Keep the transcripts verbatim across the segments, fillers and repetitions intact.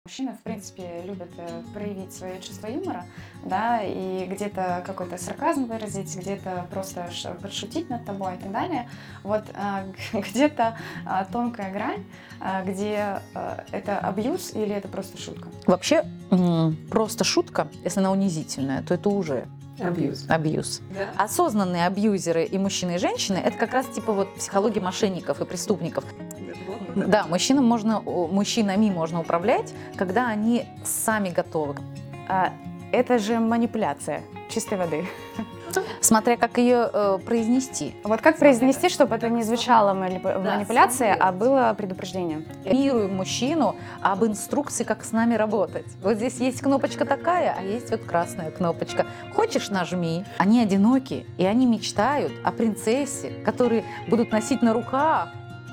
Мужчины, в принципе, любят э, проявить свое чувство юмора, да, и где-то какой-то сарказм выразить, где-то просто ш- подшутить над тобой и так далее. Вот а, где-то а, тонкая грань, а, где а, это абьюз или это просто шутка. Вообще, м, просто шутка, если она унизительная, то это уже Абьюз. абьюз. Да. Осознанные абьюзеры и мужчины, и женщины – это как раз типа вот психология мошенников и преступников. Да, мужчинам можно, о, мужчинами можно управлять, когда они сами готовы. А, это же манипуляция чистой воды. Смотря как ее э, произнести. Вот как произнести, чтобы это не звучало манипу- манипуляцией, а было предупреждением? Информируем мужчину об инструкции, как с нами работать. Вот здесь есть кнопочка такая, а есть вот красная кнопочка. Хочешь — нажми. Они одиноки, и они мечтают о принцессе, которые будут носить на руках.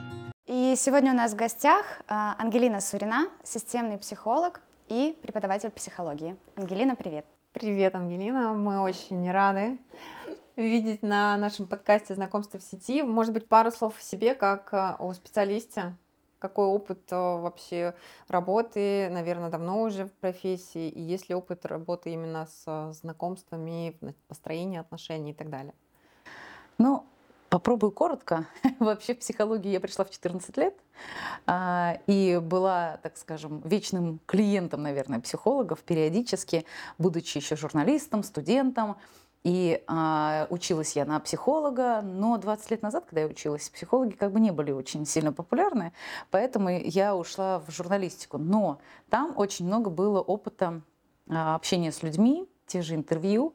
И сегодня у нас в гостях а, Ангелина Сурина, системный психолог и преподаватель психологии. Ангелина, привет. Привет, Ангелина. Мы очень рады видеть на нашем подкасте «Знакомство в сети». Может быть, пару слов о себе, как э, о специалисте. Какой опыт э, вообще работы, наверное, давно уже в профессии, и есть ли опыт работы именно с э, знакомствами, построением отношений и так далее? Ну, попробую коротко. Вообще в психологию я пришла в четырнадцать лет а, и была, так скажем, вечным клиентом, наверное, психологов периодически, будучи еще журналистом, студентом. И а, училась я на психолога, но двадцать лет назад, когда я училась, психологи как бы не были очень сильно популярны, поэтому я ушла в журналистику. Но там очень много было опыта а, общения с людьми, те же интервью,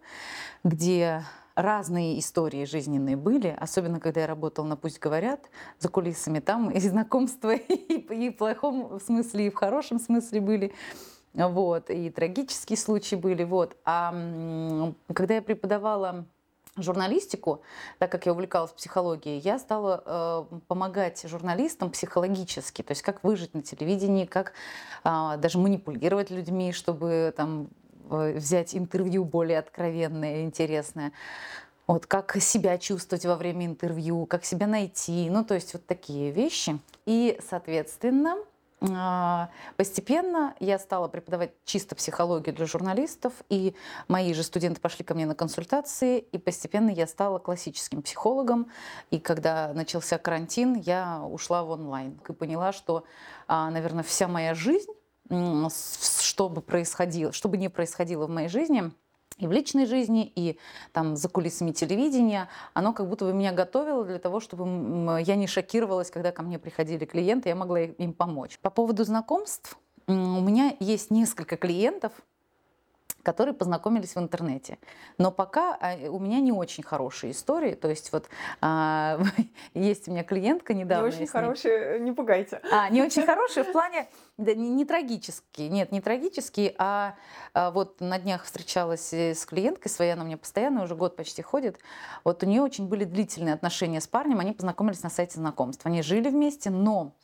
где разные истории жизненные были, особенно когда я работала на «Пусть говорят», за кулисами, там и знакомства и, и в плохом смысле, и в хорошем смысле были. Вот, и трагические случаи были. Вот. А м, когда я преподавала журналистику, так как я увлекалась психологией, я стала э, помогать журналистам психологически, то есть как выжить на телевидении, как э, даже манипулировать людьми, чтобы там э, взять интервью более откровенное и интересное. Вот, как себя чувствовать во время интервью, как себя найти, ну, то есть вот такие вещи. И, соответственно, а, постепенно я стала преподавать чисто психологию для журналистов, и мои же студенты пошли ко мне на консультации, и постепенно я стала классическим психологом. И когда начался карантин, я ушла в онлайн и поняла, что, а, наверное, вся моя жизнь, м, с- что бы происходило, что бы ни происходило в моей жизни, и в личной жизни, и там за кулисами телевидения, оно как будто бы меня готовило для того, чтобы м, я не шокировалась, когда ко мне приходили клиенты, я могла и- им помочь. По поводу знакомств, м, у меня есть несколько клиентов, которые познакомились в интернете. Но пока а, у меня не очень хорошие истории. То есть вот а, есть у меня клиентка недавно. Не очень я с ней- хорошие, не пугайте. а, не очень хорошие в плане, да, не, не трагические, нет, не трагические, а, а вот на днях встречалась э, с клиенткой своей, она у меня постоянно, уже год почти ходит. Вот у нее очень были длительные отношения с парнем, они познакомились на сайте знакомств. Они жили вместе, но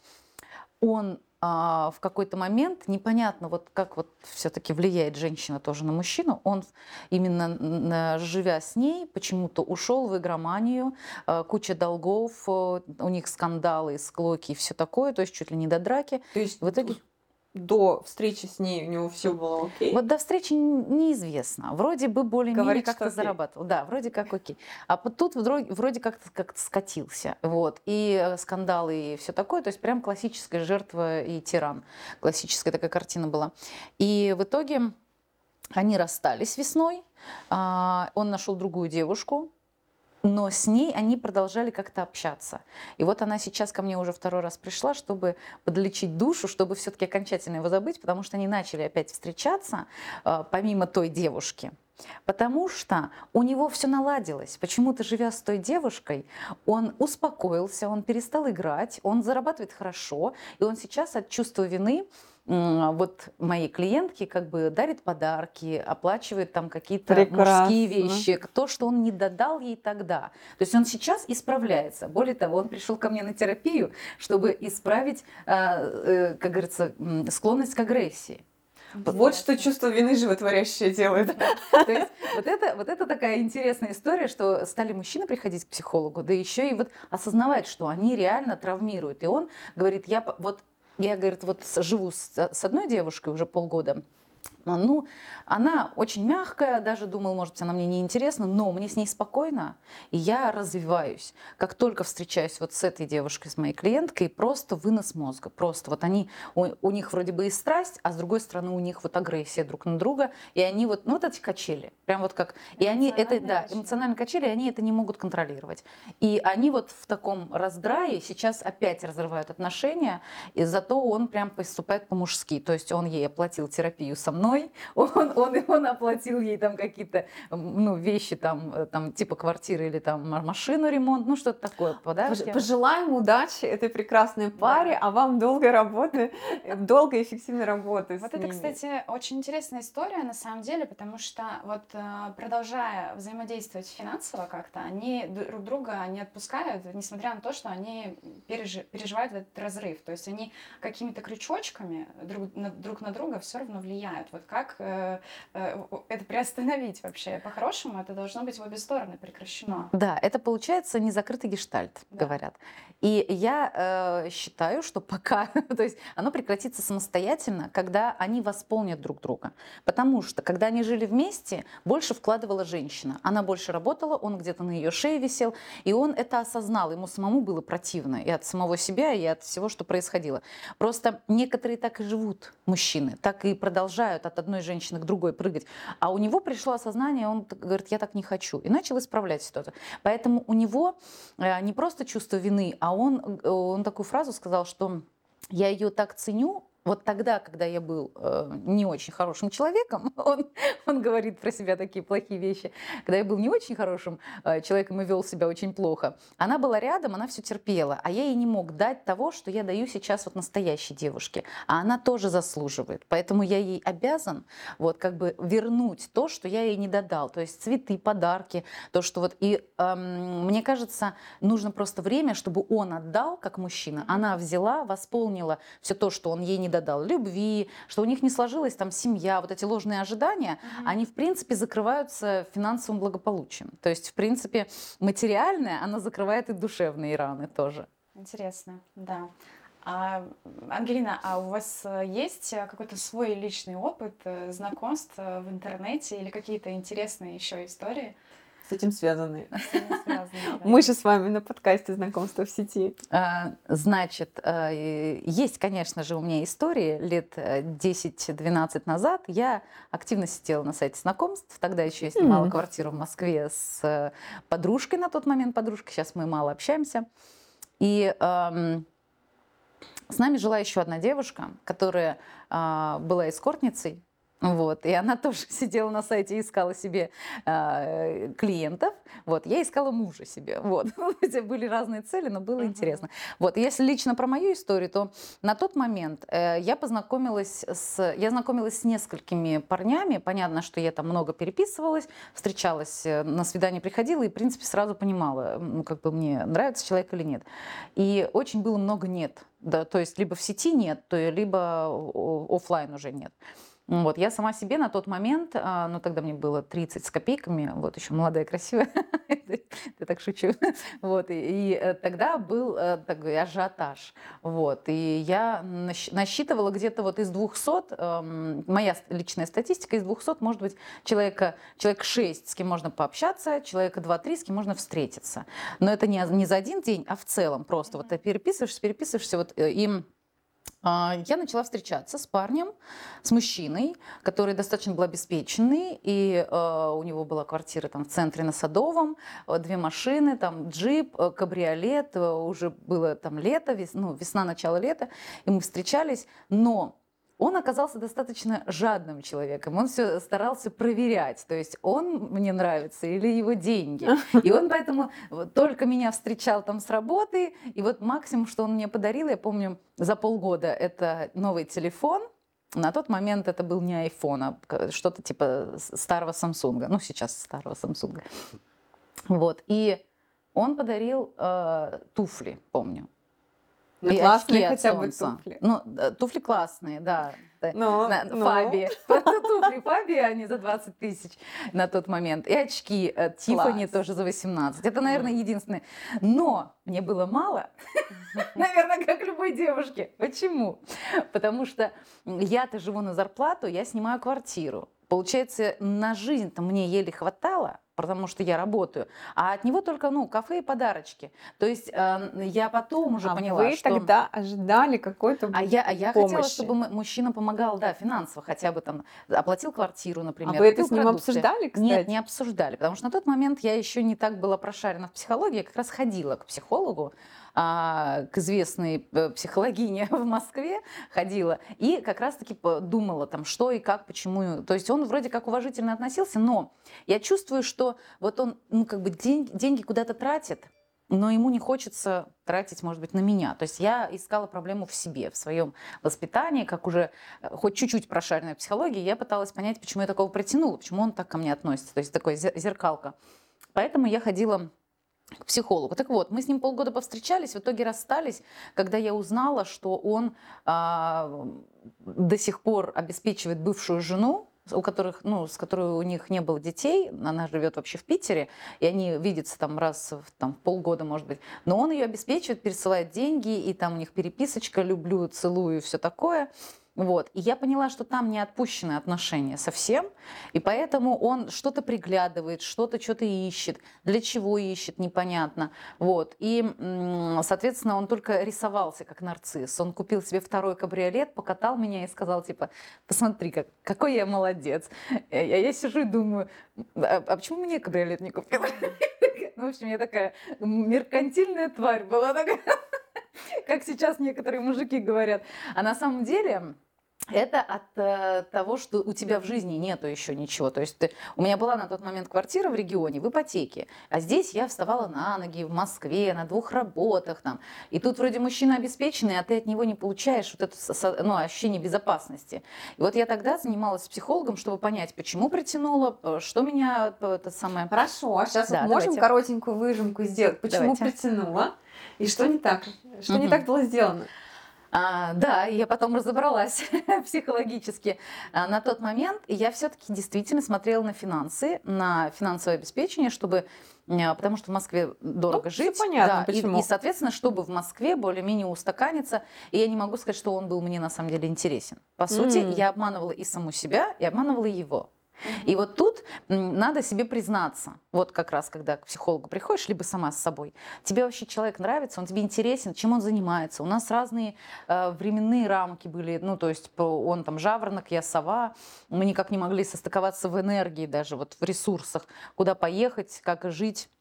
он а, в какой-то момент, непонятно, вот как вот все-таки влияет женщина тоже на мужчину, он именно н- живя с ней, почему-то ушел в игроманию, а, куча долгов, а, у них скандалы, склоки и все такое, то есть чуть ли не до драки. То есть В итоге до встречи с ней у него все было окей? вот до встречи н- неизвестно. Вроде бы более-менее Говорит, как-то что окей. зарабатывал. Да, вроде как окей. А вот тут вроде, вроде как-то как скатился. Вот. И э, скандалы, и все такое. То есть прям классическая жертва и тиран. Классическая такая картина была. И в итоге они расстались весной. А, Он нашел другую девушку. Но с ней они продолжали как-то общаться. И вот она сейчас ко мне уже второй раз пришла, чтобы подлечить душу, чтобы все-таки окончательно его забыть, потому что они начали опять встречаться, э, помимо той девушки. Потому что у него все наладилось. Почему-то, живя с той девушкой, он успокоился, он перестал играть, он зарабатывает хорошо, и он сейчас от чувства вины м, вот моей клиентке как бы дарит подарки, оплачивает там какие-то Прекрасно. мужские вещи, то, что он не додал ей тогда. То есть он сейчас исправляется. Более того, он пришел ко мне на терапию, чтобы исправить, а, э, как говорится, м, склонность к агрессии. Вот что чувство вины животворящее делает. То есть вот это, вот это такая интересная история, что стали мужчины приходить к психологу, да еще и вот осознавать, что они реально травмируют. И он говорит, я по- вот я, говорит, вот с- живу с, с одной девушкой уже полгода. Ну, она очень мягкая, даже думал, может быть, она мне не интересна, но мне с ней спокойно, и я развиваюсь. Как только встречаюсь вот с этой девушкой, с моей клиенткой, просто вынос мозга. Просто вот они, у, у них вроде бы и страсть, а с другой стороны у них вот агрессия друг на друга, и они вот, ну вот эти качели, прям вот как, и они это, да, качели. эмоциональные качели, и они это не могут контролировать. И они вот в таком раздрае сейчас опять разрывают отношения, и зато он прям поступает по-мужски, то есть он ей оплатил терапию со мной, он, он, он оплатил ей там какие-то ну, вещи, там, там, типа квартиры или там машину ремонт, ну что-то такое, подарки. Пожелаем удачи этой прекрасной паре, да. А вам долгой работы, долгой и эффективной работы. Вот это, кстати, очень интересная история на самом деле, потому что вот продолжая взаимодействовать финансово как-то, они друг друга не отпускают, несмотря на то, что они переж... переживают этот разрыв. То есть они какими-то крючочками друг на, друг на друга все равно влияют. Вот как э, э, это приостановить вообще? По-хорошему, это должно быть в обе стороны прекращено. Да, это получается незакрытый гештальт, да. Говорят. И я э, считаю, что пока, то есть оно прекратится самостоятельно, когда они восполнят друг друга. Потому что, когда они жили вместе, больше вкладывала женщина. Она больше работала, он где-то на ее шее висел, и он это осознал. Ему самому было противно и от самого себя, и от всего, что происходило. Просто некоторые так и живут, мужчины, так и продолжают от одной женщины к другой прыгать. А у него пришло осознание, он говорит, я так не хочу. И начал исправлять ситуацию. Поэтому у него не просто чувство вины, а он, он такую фразу сказал, что я ее так ценю. Вот тогда, когда я был э, не очень хорошим человеком, он, он говорит про себя такие плохие вещи, когда я был не очень хорошим э, человеком и вел себя очень плохо, она была рядом, она все терпела, а я ей не мог дать того, что я даю сейчас вот настоящей девушке, а она тоже заслуживает, поэтому я ей обязан вот как бы вернуть то, что я ей не додал, то есть цветы, подарки, то, что вот, и эм, мне кажется, нужно просто время, чтобы он отдал, как мужчина, она взяла, восполнила все то, что он ей не додал, любви, что у них не сложилась там семья, вот эти ложные ожидания, mm-hmm. они, в принципе, закрываются финансовым благополучием. То есть, в принципе, материальное, оно закрывает и душевные раны тоже. Интересно, да. А, Ангелина, а у вас есть какой-то свой личный опыт знакомств в интернете или какие-то интересные еще истории? С этим связанные. С этим связанные, да. Мы же с вами на подкасте «Знакомство в сети». Значит, есть, конечно же, у меня истории. Лет десять-двенадцать назад я активно сидела на сайте знакомств. Тогда еще я снимала mm. квартиру в Москве с подружкой на тот момент. Подружкой, сейчас мы мало общаемся. И эм, с нами жила еще одна девушка, которая э, была эскортницей. Вот, и она тоже сидела на сайте и искала себе э, клиентов. Вот, я искала мужа себе. Вот. Это были разные цели, но было uh-huh. интересно. Вот, и если лично про мою историю, то на тот момент э, я познакомилась с... Я знакомилась с несколькими парнями. Понятно, что я там много переписывалась, встречалась, на свидание приходила и, в принципе, сразу понимала, ну, как бы мне нравится человек или нет. И очень было много нет. Да, то есть либо в сети нет, то либо офлайн уже нет. Вот, я сама себе на тот момент, ну тогда мне было тридцать с копейками, вот еще молодая, красивая, я так шучу, вот, и, и тогда был такой ажиотаж, вот, и я насчитывала где-то вот из двухсот, моя личная статистика, из двухсот, может быть, человека, человек шесть, с кем можно пообщаться, человека два-три, с кем можно встретиться, но это не, не за один день, а в целом просто, вот ты переписываешься, переписываешься, вот им. Я начала встречаться с парнем, с мужчиной, который достаточно был обеспеченный, и э, у него была квартира там в центре на Садовом, две машины, там джип, кабриолет, уже было там лето, вес, ну, весна, начало лета, и мы встречались, но он оказался достаточно жадным человеком, он все старался проверять, то есть он мне нравится или его деньги. И он поэтому только меня встречал там с работы, и вот максимум, что он мне подарил, я помню, за полгода, это новый телефон. На тот момент это был не iPhone, а что-то типа старого Samsung, ну сейчас старого Samsung. Вот, и он подарил э, туфли, помню. Ну, классные хотя бы туфли. Ну, туфли классные, да. Ну, на ну. Фаби. Туфли Фаби, они за двадцать тысяч на тот момент. И очки от Тиффани Класс. тоже за восемнадцать. Это, наверное, единственное. Но мне было мало, наверное, как любой девушке. Почему? Потому что я-то живу на зарплату, я снимаю квартиру. Получается, на жизнь-то мне еле хватало, потому что я работаю, а от него только, ну, кафе и подарочки. То есть э, я потом уже А поняла, вы что... тогда ожидали какой-то А я, а я хотела, помощи. чтобы м- мужчина помогал, да, финансово, хотя бы там оплатил квартиру, А например. вы это купил с ним продукты. обсуждали, кстати? Нет, не обсуждали, потому что на тот момент я еще не так была прошарена в психологии, я как раз ходила к психологу, а, к известной э, психологине в Москве ходила, и как раз-таки по- думала там, что и как, почему. То есть он вроде как уважительно относился, но я чувствую, что вот он, ну, как бы день- деньги куда-то тратит, но ему не хочется тратить, может быть, на меня. То есть я искала проблему в себе, в своем воспитании, как уже э, хоть чуть-чуть прошаренная в психологии, я пыталась понять, почему я такого притянула, почему он так ко мне относится. То есть такое зе- зеркалка. Поэтому я ходила к психологу. Так вот, мы с ним полгода повстречались, в итоге расстались, когда я узнала, что он а, до сих пор обеспечивает бывшую жену, у которых, ну, с которой у них не было детей, она живет вообще в Питере, и они видятся там раз в там, полгода, может быть, но он ее обеспечивает, пересылает деньги, и там у них переписочка, люблю, целую, и все такое. Вот. И я поняла, что там не отпущены отношения совсем, и поэтому он что-то приглядывает, что-то что-то ищет, для чего ищет, непонятно. Вот. И, м, соответственно, он только рисовался как нарцисс. Он купил себе второй кабриолет, покатал меня и сказал, типа, посмотри, как, какой я молодец. Я, я сижу и думаю, а, а почему мне кабриолет не купил? Ну, в общем, я такая меркантильная тварь была такая, как сейчас некоторые мужики говорят. А на самом деле... Это от э, того, что у тебя в жизни нету еще ничего. То есть ты, у меня была на тот момент квартира в регионе, в ипотеке, а здесь я вставала на ноги в Москве, на двух работах там. И тут вроде мужчина обеспеченный, а ты от него не получаешь вот это со- ну, ощущение безопасности. И вот я тогда занималась с психологом, чтобы понять, почему притянуло, э, что меня э, это самое... Хорошо, сейчас Да, вот можем давайте. коротенькую выжимку сделать, почему Давайте. притянула и что не так, что не Мгм. так было сделано. А, да, и я потом разобралась психологически. А, на тот момент я все-таки действительно смотрела на финансы, на финансовое обеспечение, чтобы, а, потому что в Москве дорого Ну, всё жить. понятно, да, и- почему. И, соответственно, чтобы в Москве более-менее устаканиться, и я не могу сказать, что он был мне на самом деле интересен. По сути, М. я обманывала и саму себя, и обманывала его. И вот тут м, надо себе признаться, вот как раз, когда к психологу приходишь, либо сама с собой, тебе вообще человек нравится, он тебе интересен, чем он занимается. У нас разные э, временные рамки были, ну, то есть по- он там жаворонок, я сова, мы никак не могли состыковаться в энергии даже, вот в ресурсах, куда поехать, как жить.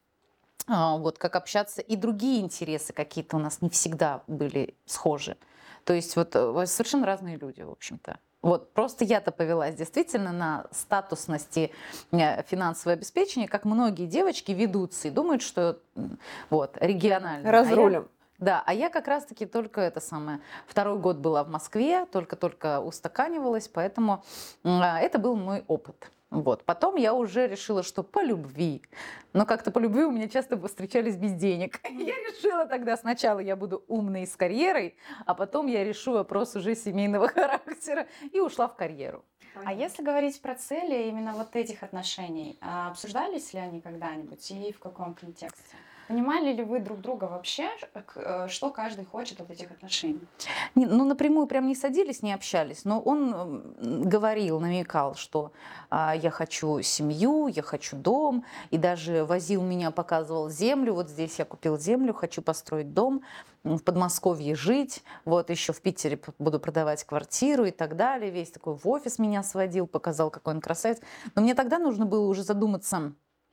а, Вот, как общаться, и другие интересы какие-то у нас не всегда были схожи. То есть вот э, совершенно разные люди, в общем-то. Вот просто я-то повелась действительно на статусности э, финансового обеспечения, как многие девочки ведутся и думают, что м, вот регионально. А я- Разрулим. да, а я как раз-таки только это самое. Второй год была в Москве, только-только устаканивалась, поэтому м, а, это был мой опыт. Вот. Потом я уже решила, что по любви. Но как-то по любви у меня часто встречались без денег. Я решила тогда сначала я буду умной с карьерой, а потом я решу вопрос уже семейного характера и ушла в карьеру. А если говорить про цели именно вот этих отношений, а обсуждались ли они когда-нибудь и в каком контексте? Понимали ли вы друг друга вообще, к- э, что каждый хочет от этих отношений? Не- ну, напрямую прям не садились, не общались, но он м, говорил, намекал, что а, я хочу семью, я хочу дом, и даже возил меня, показывал землю, вот здесь я купил землю, хочу построить дом, м, в Подмосковье жить, вот еще в Питере п- буду продавать квартиру и так далее, весь такой в офис меня сводил, показал, какой он красавец. Но мне тогда нужно было уже задуматься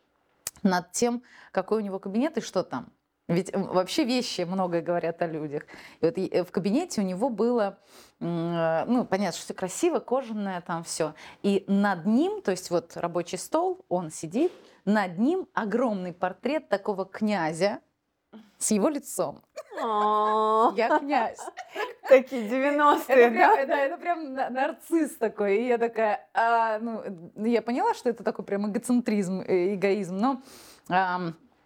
над тем, какой у него кабинет и что там. Ведь м, вообще вещи многое говорят о людях. И вот и, э, в кабинете у него было, м, э, ну, понятно, что все красиво, кожаное там все. И над ним, то есть вот рабочий стол, он сидит, над ним огромный портрет такого князя с его лицом. Я князь. Такие Это девяностые, прям, да? да, это прям на- нарцисс такой. И я такая, а, ну, я поняла, что это такой прям эгоцентризм, э, эгоизм, но ам,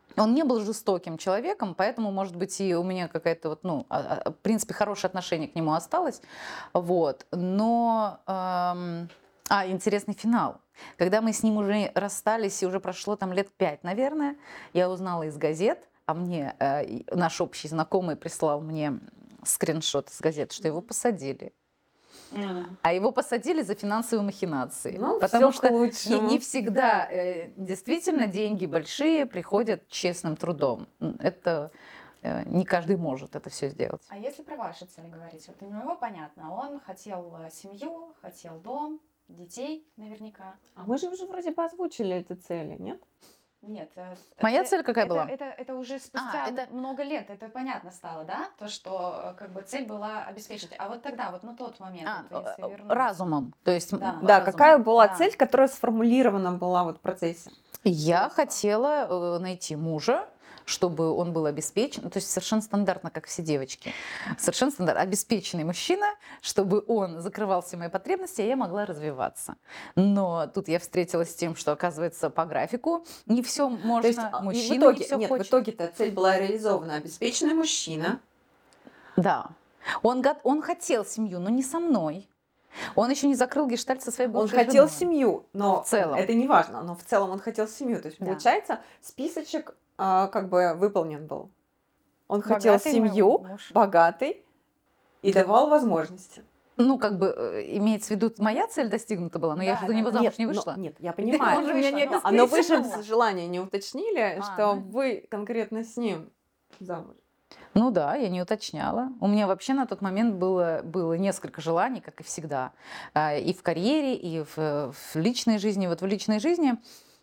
Он не был жестоким человеком, поэтому, может быть, и у меня какая-то вот, ну, в принципе, хорошее отношение к нему осталось. Вот. Но, эм, а, интересный финал. Когда мы с ним уже расстались, и уже прошло там лет пять, наверное, я узнала из газет, а мне э, наш общий знакомый прислал мне скриншот из газеты, что его посадили. Mm. А его посадили за финансовые махинации. Ну, потому что не, не всегда э, действительно деньги большие приходят честным трудом. Это э, не каждый может это все сделать. А если про ваши цели говорить, вот у него понятно, он хотел семью, хотел дом, детей наверняка. А мы же уже вроде бы озвучили эти цели, нет? Нет. Моя это, цель какая это, была? Это, это, это уже спустя а, это... много лет, это понятно стало, да? То, что как бы цель была обеспечить. А вот тогда, вот на тот момент, а, вот, если вернуться... разумом. То есть, да, да разумом. Какая была да. цель, которая сформулирована была вот в процессе? Я хотела найти мужа, чтобы он был обеспечен, то есть совершенно стандартно, как все девочки, совершенно стандартно, обеспеченный мужчина, чтобы он закрывал все мои потребности, а я могла развиваться. Но тут я встретилась с тем, что, оказывается, по графику не все можно, то есть, мужчина в итоге, не все нет, хочет. в итоге-то цель была реализована, обеспеченный мужчина. Да, он, он хотел семью, но не со мной. Он еще не закрыл гештальт со своей бывшей Он хотел женой. семью, но в целом. Это не важно, но в целом он хотел семью. То есть, да. Получается, списочек а, как бы выполнен был. Он богатый хотел семью, муж. Богатый, и да. давал возможности. Ну, как бы, имеется в виду, моя цель достигнута была, но да, я же за него замуж нет, не вышла. Но, нет, я понимаю. Он же меня не обеспечил. Но вы же желание не уточнили, а, что ну... вы конкретно с ним замуж. Ну да, я не уточняла. У меня вообще на тот момент было, было несколько желаний, как и всегда. И в карьере, и в, в личной жизни. Вот в личной жизни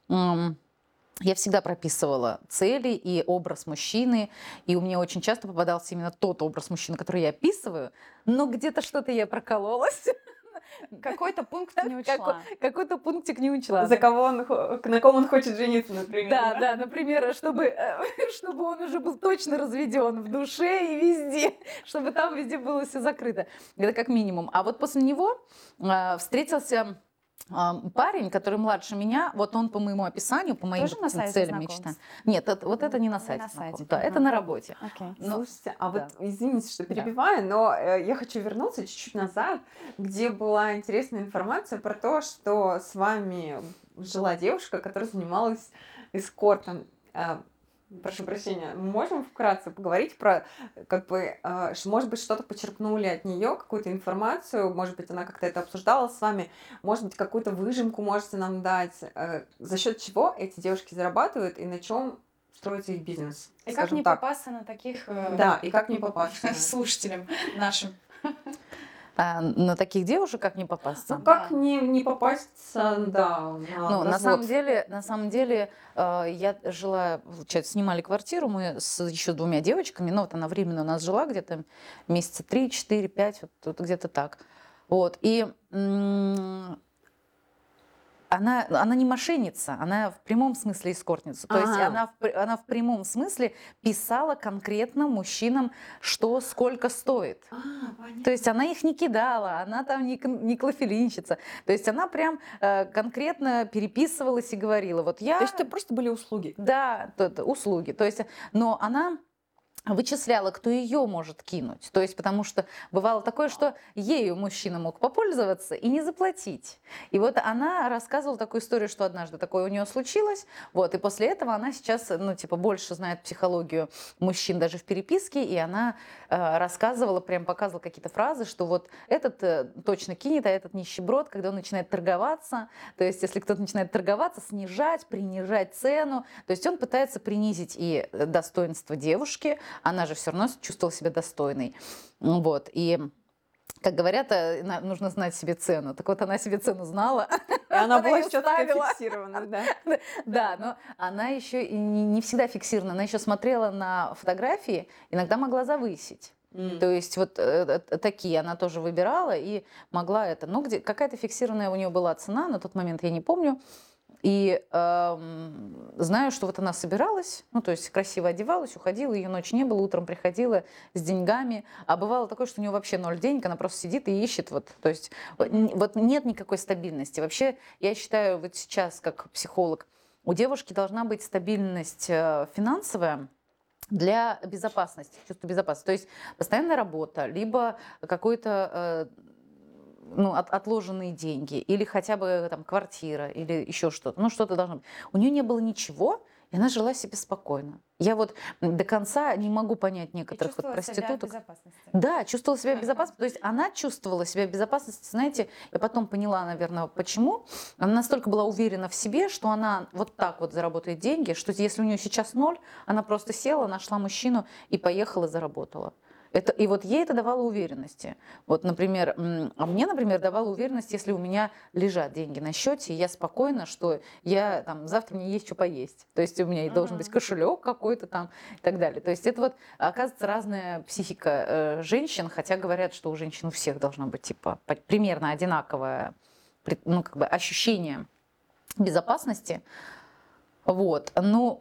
я всегда прописывала цели и образ мужчины. И у меня очень часто попадался именно тот образ мужчины, который я описываю. Но где-то что-то я прокололась. Какой-то пункт не учла. Какой, какой-то пунктик не учла. За кого он, на ком он хочет жениться, например. Да, да, да, например, чтобы, чтобы он уже был точно разведен в душе и везде, чтобы там везде было все закрыто. Это как минимум. А вот после него э, встретился э, парень, который младше меня, вот он по моему описанию, по моим Тоже на сайте целям мечта. Нет, это, вот это не на сайте. Не на сайте. Да, это на работе. Okay. Но, Слушайте, а да. вот извините, что перебиваю, да. но э, я хочу вернуться чуть-чуть назад, где была интересная информация про то, что с вами жила девушка, которая занималась эскортом. Э, прошу прощения, мы можем вкратце поговорить про, как бы, э, может быть, что-то почерпнули от нее, какую-то информацию, может быть, она как-то это обсуждала с вами, может быть, какую-то выжимку можете нам дать, э, за счет чего эти девушки зарабатывают и на чем строится их бизнес. И как не так. попасться на таких э, да, и как не попасться слушателям нашим. А на таких девушек как не попасться? Ну, как не, не попасться, да. На, ну, на самом деле, на самом деле, э, я жила, получается, снимали квартиру, мы с еще двумя девочками, ну, вот она временно у нас жила где-то месяца три, четыре, пять, вот, вот где-то так. Вот, и м- Она, она не мошенница, она в прямом смысле эскортница. То А-а-а. есть она в, она в прямом смысле писала конкретно мужчинам, что сколько стоит. А, То есть она их не кидала, она там не, не клофелинщица. То есть она прям э, конкретно переписывалась и говорила. Вот я... То есть это просто были услуги? Да, то, то, услуги. То есть, но она... вычисляла, кто ее может кинуть. То есть, потому что бывало такое, что ею мужчина мог попользоваться и не заплатить. И вот она рассказывала такую историю, что однажды такое у нее случилось. Вот, и после этого она сейчас, ну, типа, больше знает психологию мужчин даже в переписке, и она э, рассказывала, прям показывала какие-то фразы, что вот этот э, точно кинет, а этот нищеброд, когда он начинает торговаться. То есть, если кто-то начинает торговаться, снижать, принижать цену. То есть, он пытается принизить и достоинство девушки, она же все равно чувствовала себя достойной. Вот. И, как говорят, нужно знать себе цену. Так вот, она себе цену знала. И она была четко фиксирована, да. Да, но она еще и не всегда фиксирована. Она еще смотрела на фотографии, иногда могла завысить. Mm. То есть вот э, такие она тоже выбирала и могла это. Ну, где какая-то фиксированная у нее была цена, на тот момент я не помню. И э, знаю, что вот она собиралась, ну, то есть красиво одевалась, уходила, ее ночи не было, утром приходила с деньгами. А бывало такое, что у нее вообще ноль денег, она просто сидит и ищет. Вот, то есть вот нет никакой стабильности. Вообще, я считаю, вот сейчас, как психолог, у девушки должна быть стабильность э, финансовая для безопасности, чувства безопасности. То есть постоянная работа, либо какой-то э, ну, от, отложенные деньги, или хотя бы там квартира, или еще что-то. Ну, что-то должно быть. У нее не было ничего, и она жила себе спокойно. Я вот до конца не могу понять некоторых вот проституток. Себя в безопасности. Да, чувствовала себя в безопасности. То есть она чувствовала себя в безопасности. Знаете, я потом поняла, наверное, почему. Она настолько была уверена в себе, что она вот так вот заработает деньги, что если у нее сейчас ноль, она просто села, нашла мужчину и поехала, заработала. Это, и вот ей это давало уверенности. Вот, например, а мне, например, давало уверенность, если у меня лежат деньги на счете, и я спокойна, что я там завтра мне есть что поесть. То есть у меня и должен быть кошелек какой-то там и так далее. То есть это вот, оказывается, разная психика э, женщин, хотя говорят, что у женщин у всех должно быть типа примерно одинаковое, ну, как бы ощущение безопасности. Вот. Ну,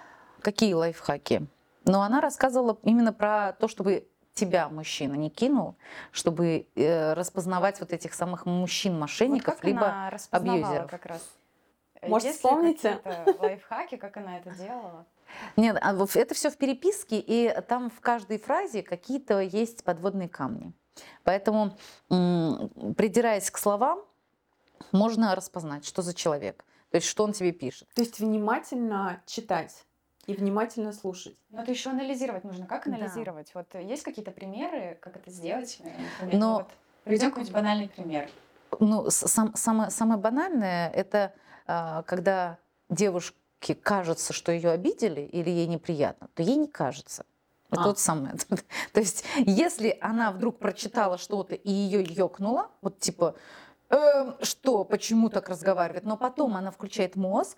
какие лайфхаки? Но она рассказывала именно про то, чтобы тебя мужчина не кинул, чтобы э, распознавать вот этих самых мужчин-мошенников, вот либо абьюзеров. Как раз? Может, Есть вспомните? Лайфхаки, как она это делала? Нет, это все в переписке, и там в каждой фразе какие-то есть подводные камни. Поэтому, м- придираясь к словам, можно распознать, что за человек, то есть что он тебе пишет. То есть внимательно читать. И внимательно слушать. Но это еще анализировать нужно. Как анализировать? Да. Вот есть какие-то примеры, как это сделать? Например, Но... ну, вот приведем какой-нибудь банальный пример. Ну, сам, самое, самое банальное – это а, когда девушке кажется, что ее обидели или ей неприятно, то ей не кажется. Это а. вот самое. То есть если она вдруг прочитала что-то и ее ёкнуло, вот типа, э, что, почему так разговаривает, но потом она включает мозг,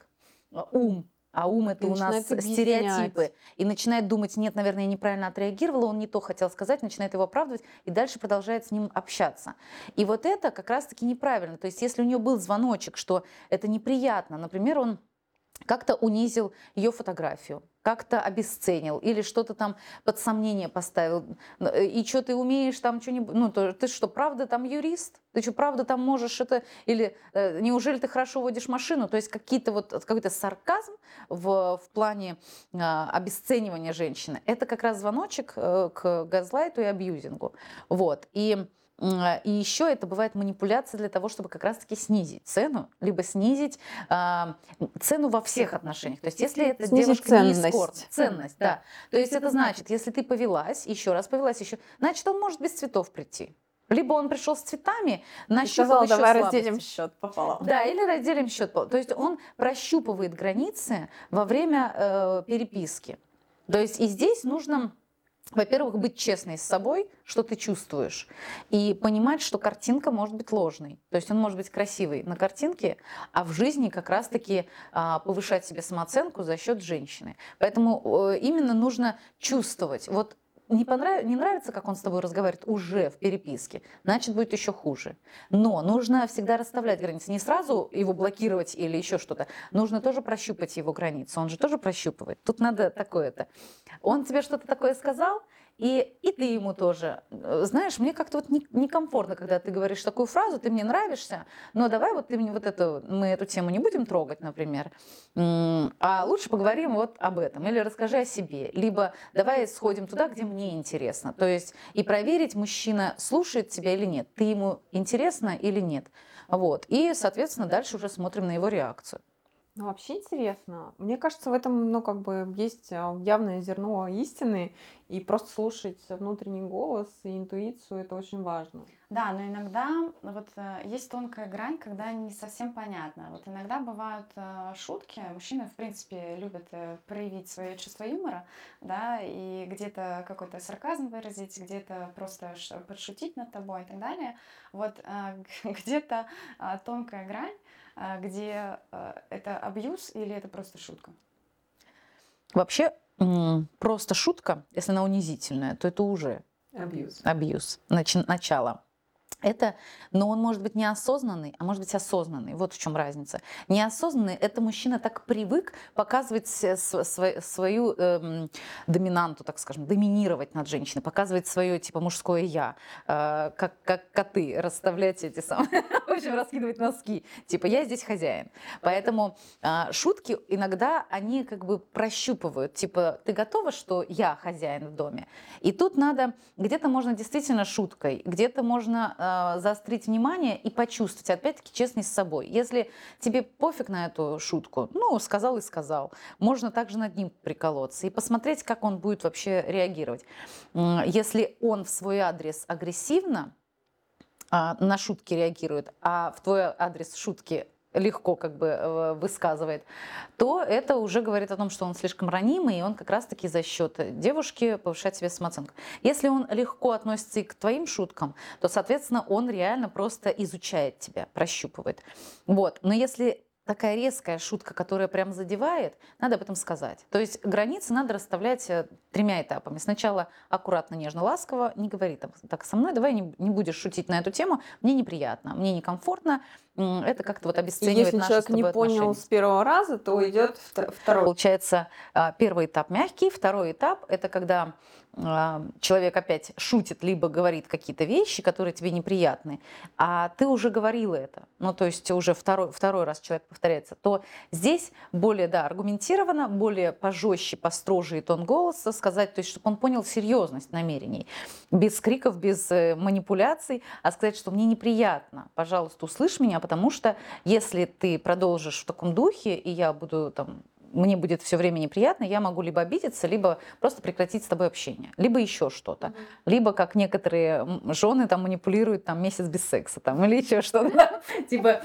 ум, а ум это у нас стереотипы. И начинает думать, нет, наверное, я неправильно отреагировала, он не то хотел сказать, начинает его оправдывать и дальше продолжает с ним общаться. И вот это как раз-таки неправильно. То есть если у нее был звоночек, что это неприятно, например, он как-то унизил ее фотографию, как-то обесценил или что-то там под сомнение поставил. И что ты умеешь там что-нибудь? Ну, то, ты что, правда там юрист? Ты что, правда там можешь это? Или э, неужели ты хорошо водишь машину? То есть какие-то вот, какой-то сарказм в, в плане э, обесценивания женщины. Это как раз звоночек э, к газлайту и абьюзингу. Вот. И И еще это бывает манипуляция для того, чтобы как раз-таки снизить цену, либо снизить э, цену во всех отношениях. То есть если эта девушка ценность. не эскорт, ценность, да. То есть это значит, если ты повелась, еще раз повелась, еще, значит, он может без цветов прийти. Либо он пришел с цветами, нащупал еще давай слабости. разделим счет пополам. Да, или разделим счет пополам. То есть он прощупывает границы во время э, переписки. То есть и здесь нужно... Во-первых, быть честной с собой, что ты чувствуешь, и понимать, что картинка может быть ложной. То есть он может быть красивый на картинке, а в жизни как раз-таки а, повышать себе самооценку за счет женщины. Поэтому э, именно нужно чувствовать. Вот не, понрав... не нравится, как он с тобой разговаривает уже в переписке, значит, будет еще хуже. Но нужно всегда расставлять границы. Не сразу его блокировать или еще что-то. Нужно тоже прощупать его границы. Он же тоже прощупывает. Тут надо такое-то. Он тебе что-то такое сказал, и, и ты ему тоже. Знаешь, мне как-то вот некомфортно, когда ты говоришь такую фразу, ты мне нравишься, но давай вот ты мне вот эту, мы эту тему не будем трогать, например, а лучше поговорим вот об этом, или расскажи о себе, либо давай сходим туда, где мне интересно. То есть и проверить, мужчина слушает тебя или нет, ты ему интересна или нет. Вот. И, соответственно, дальше уже смотрим на его реакцию. Ну, вообще интересно. Мне кажется, в этом, ну, как бы есть явное зерно истины, и просто слушать внутренний голос и интуицию, это очень важно. Да, но иногда вот есть тонкая грань, когда не совсем понятно. Вот иногда бывают шутки, мужчины, в принципе, любят проявить свое чувство юмора, да, и где-то какой-то сарказм выразить, где-то просто подшутить над тобой и так далее. Вот где-то тонкая грань, где это абьюз или это просто шутка? Вообще, просто шутка, если она унизительная, то это уже абьюз. Абьюз. Нач- начало. Это, но он может быть неосознанный, а может быть осознанный. Вот в чем разница. Неосознанный — это мужчина так привык показывать свою эм, доминанту, так скажем, доминировать над женщиной, показывать свое типа мужское я, э, как, как коты, расставлять эти самые, в общем, раскидывать носки. Типа я здесь хозяин. Поэтому э, шутки иногда они как бы прощупывают. Типа ты готова, что я хозяин в доме? И тут надо, где-то можно действительно шуткой, где-то можно э, заострить внимание и почувствовать, опять-таки, честность с собой. Если тебе пофиг на эту шутку, ну, сказал и сказал, можно также над ним приколоться и посмотреть, как он будет вообще реагировать. Если он в свой адрес агрессивно а, на шутки реагирует, а в твой адрес шутки легко как бы высказывает, то это уже говорит о том, что он слишком ранимый, и он как раз-таки за счет девушки повышает себе самооценку. Если он легко относится и к твоим шуткам, то, соответственно, он реально просто изучает тебя, прощупывает. Вот. Но если такая резкая шутка, которая прям задевает, надо об этом сказать. То есть границы надо расставлять тремя этапами. Сначала аккуратно, нежно, ласково, не говори там, так со мной, давай не, не будешь шутить на эту тему, мне неприятно, мне некомфортно, это как-то вот обесценивает если наши человек с тобой не понял отношения. с первого раза, то идет второй. Получается, первый этап мягкий, второй этап – это когда человек опять шутит, либо говорит какие-то вещи, которые тебе неприятны, а ты уже говорила это, ну то есть уже второй, второй раз человек повторяется, то здесь более, да, аргументированно, более пожестче, построже и тон голоса сказать, то есть чтобы он понял серьезность намерений, без криков, без манипуляций, а сказать, что мне неприятно, пожалуйста, услышь меня, потому что если ты продолжишь в таком духе, и я буду там, мне будет все время неприятно, я могу либо обидеться, либо просто прекратить с тобой общение, либо еще что-то, mm-hmm. либо как некоторые жены там манипулируют там месяц без секса, там или еще что-то, типа.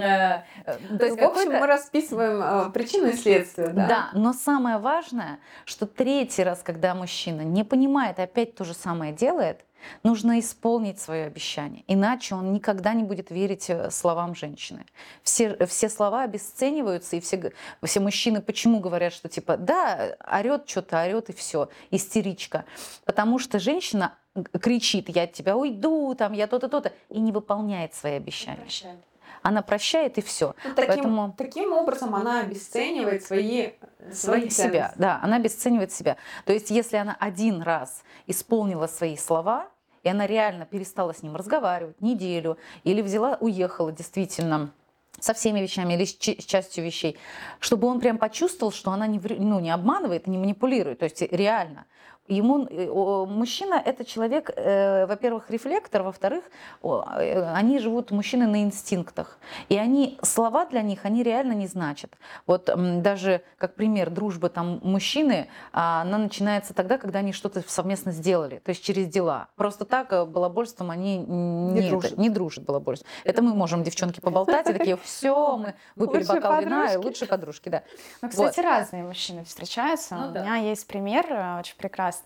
То есть в общем мы расписываем причину и следствие, да? Да, но самое важное, что третий раз, когда мужчина не понимает и опять то же самое делает, нужно исполнить свое обещание, иначе он никогда не будет верить словам женщины. Все, все слова обесцениваются, и все, все мужчины почему говорят, что типа, да, орет что-то, орет и все, истеричка. Потому что женщина кричит, я от тебя уйду, там, я то-то, то-то, и не выполняет свои обещания. Прощает. Она прощает и все. Ну, таким, Поэтому... таким образом она обесценивает свои, свои себя. Да, она обесценивает себя. То есть если она один раз исполнила свои слова, и она реально перестала с ним разговаривать неделю, или взяла, уехала действительно со всеми вещами или с частью вещей, чтобы он прям почувствовал, что она не, ну, не обманывает, не манипулирует, то есть реально. Ему, мужчина – это человек, э, во-первых, рефлектор, во-вторых, э, они живут, мужчины, на инстинктах. И они, слова для них, они реально не значат. Вот э, даже, как пример, дружба там, мужчины, э, она начинается тогда, когда они что-то совместно сделали, то есть через дела. Просто так балабольством они не, не, дружат. не дружат балабольством. Это мы можем, девчонки, поболтать, и такие, все, мы выпили бокал вина, и лучшие подружки. Да. Ну, кстати, вот. Разные мужчины встречаются. Ну, У да. меня есть пример очень прекрасный.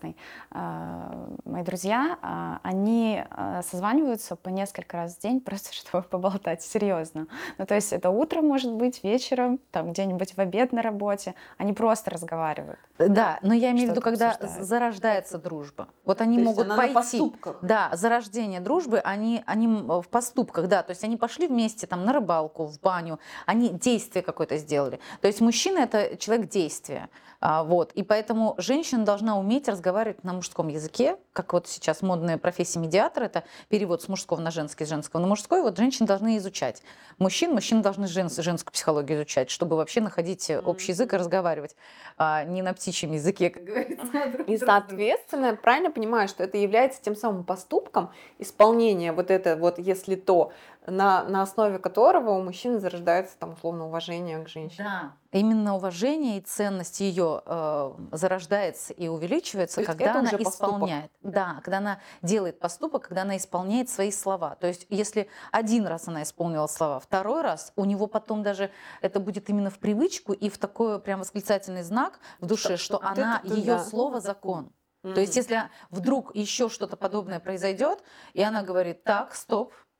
Мои друзья, они созваниваются по несколько раз в день, просто чтобы поболтать, серьезно. Ну, то есть это утро, может быть, вечером, там где-нибудь в обед на работе. Они просто разговаривают. Да, но я имею в виду, когда обсуждают. Зарождается дружба. Вот они то могут она пойти. На поступках. Да, зарождение дружбы, они, они в поступках, да. То есть они пошли вместе там на рыбалку, в баню, они действие какое-то сделали. То есть мужчина – это человек действия. А, вот. И поэтому женщина должна уметь разговаривать на мужском языке, как вот сейчас модная профессия медиатор, это перевод с мужского на женский, с женского на мужской. Вот женщины должны изучать мужчин, мужчины должны жен, женскую психологию изучать, чтобы вообще находить общий язык и разговаривать, а не на птичьем языке, как говорится. И, соответственно, я правильно понимаю, что это является тем самым поступком исполнения вот это вот, если то, на, на основе которого у мужчины зарождается там условно уважение к женщине. Да. Именно уважение и ценность ее э, зарождается и увеличивается, когда она исполняет. Да, когда она делает поступок, когда она исполняет свои слова. То есть, если один раз она исполнила слова, второй раз у него потом даже это будет именно в привычку и в такой прям восклицательный знак в душе, что, что она, это, ее да. слово закон. Mm-hmm. То есть, если вдруг еще что-то подобное произойдет, и она говорит: так, стоп.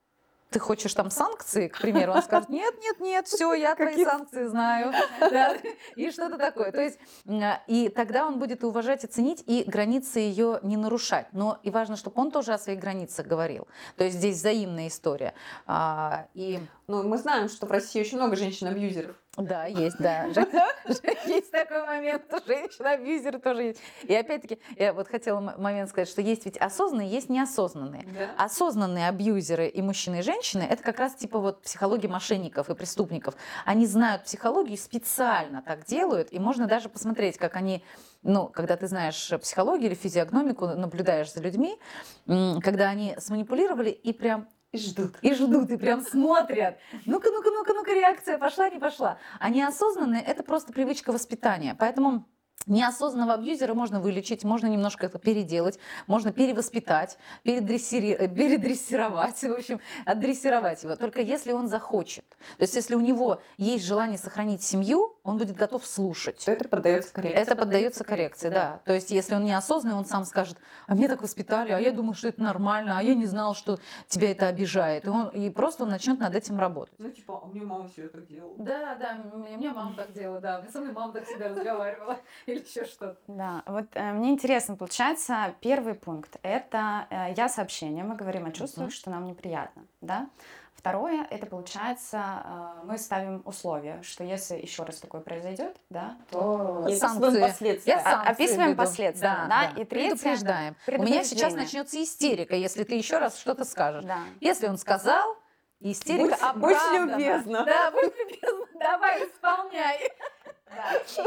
ты хочешь там санкции, к примеру, он скажет, нет, нет, нет, все, я твои санкции знаю, да, и что-то такое. То есть, и тогда он будет уважать и ценить, и границы ее не нарушать. Но и важно, чтобы он тоже о своих границах говорил. То есть здесь взаимная история. А, и... Ну, мы знаем, что в России очень много женщин-абьюзеров. Да, есть, да. Есть такой момент, что женщины-абьюзеры тоже есть. И опять-таки, я вот хотела момент сказать, что есть ведь осознанные, есть неосознанные. Да. Осознанные абьюзеры и мужчины, и женщины, это как раз типа вот психология мошенников и преступников. Они знают психологию, специально так делают, и можно даже посмотреть, как они, ну, когда ты знаешь психологию или физиогномику, наблюдаешь за людьми, когда они сманипулировали и прям И ждут. И ждут, и прям смотрят. Ну-ка, ну-ка, ну-ка, ну-ка, реакция пошла, не пошла. А неосознанные – это просто привычка воспитания. Поэтому неосознанного абьюзера можно вылечить, можно немножко это переделать, можно перевоспитать, передрессири... передрессировать, в общем, отдрессировать его. Только если он захочет. То есть если у него есть желание сохранить семью, он будет готов слушать. Это поддается коррекции. Это поддается коррекции, да. То есть если он неосознанный, он сам скажет, а меня так воспитали, а я думал, что это нормально, а я не знал, что тебя это обижает. И, он, и просто он начнет над этим работать. Ну, типа, а мне мама все это делала. Да, да, у меня мама так делала, да. Со мной мама так всегда разговаривала. Или еще что-то. Да, вот э, мне интересно, получается, первый пункт – это э, я сообщение, мы говорим о чувствах, uh-huh. что нам неприятно, да. Второе – это, получается, э, мы ставим условия, что если еще раз такое произойдет, да, то… Описываем последствия. А, описываем последствия, да. да. да. И третье – предупреждаем. У меня сейчас начнется истерика, если ты еще раз что-то скажешь. Да. Если он сказал… Истерика будь, будь любезна. Да, будь любезна, давай, исполняй. Да,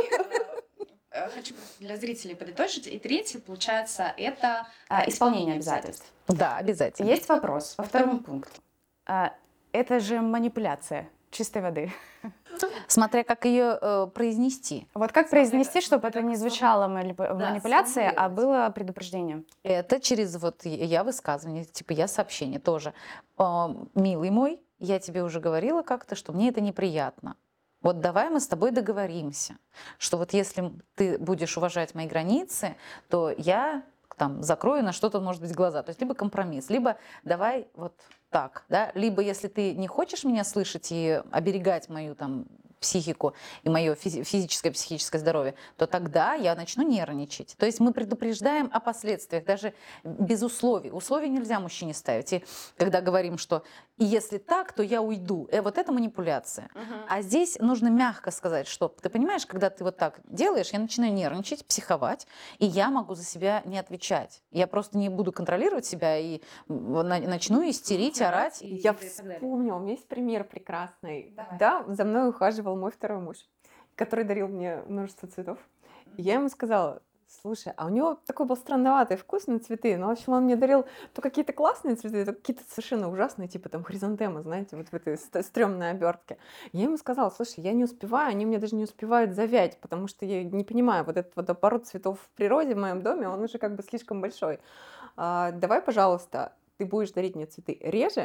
и, хочу для зрителей подытожить. И третье, получается, это а, исполнение обязательств. Да, обязательно. Есть вопрос по второму пункту. А, это же манипуляция чистой воды. Смотря как ее э, произнести. Вот как произнести, чтобы это не звучало манипуляцией, а было предупреждением? Это через вот я высказывание, типа я сообщение тоже. Э, милый мой, я тебе уже говорила как-то, что мне это неприятно. Вот давай мы с тобой договоримся, что вот если ты будешь уважать мои границы, то я там закрою на что-то, может быть, глаза. То есть либо компромисс, либо давай вот так, да, либо если ты не хочешь меня слышать и оберегать мою там психику и мое физи- физическое, психическое здоровье, то тогда я начну нервничать. То есть мы предупреждаем о последствиях, даже без условий. Условий нельзя мужчине ставить. И когда говорим, что и если так, то я уйду. И вот это манипуляция. Uh-huh. А здесь нужно мягко сказать, что ты понимаешь, когда ты вот так делаешь, я начинаю нервничать, психовать, и я могу за себя не отвечать. Я просто не буду контролировать себя и начну истерить, орать. И я и вспомнила, у меня есть пример прекрасный. Давай. Да, за мной ухаживал мой второй муж, который дарил мне множество цветов. И я ему сказала: слушай, а у него такой был странноватый вкус на цветы, но в общем он мне дарил то какие-то классные цветы, то какие-то совершенно ужасные, типа там хризантемы, знаете, вот в этой стрёмной обертке. Я ему сказала: слушай, я не успеваю, они мне даже не успевают завять, потому что я не понимаю, вот этот вот оборот цветов в природе в моем доме, он уже как бы слишком большой. А, давай, пожалуйста, ты будешь дарить мне цветы реже,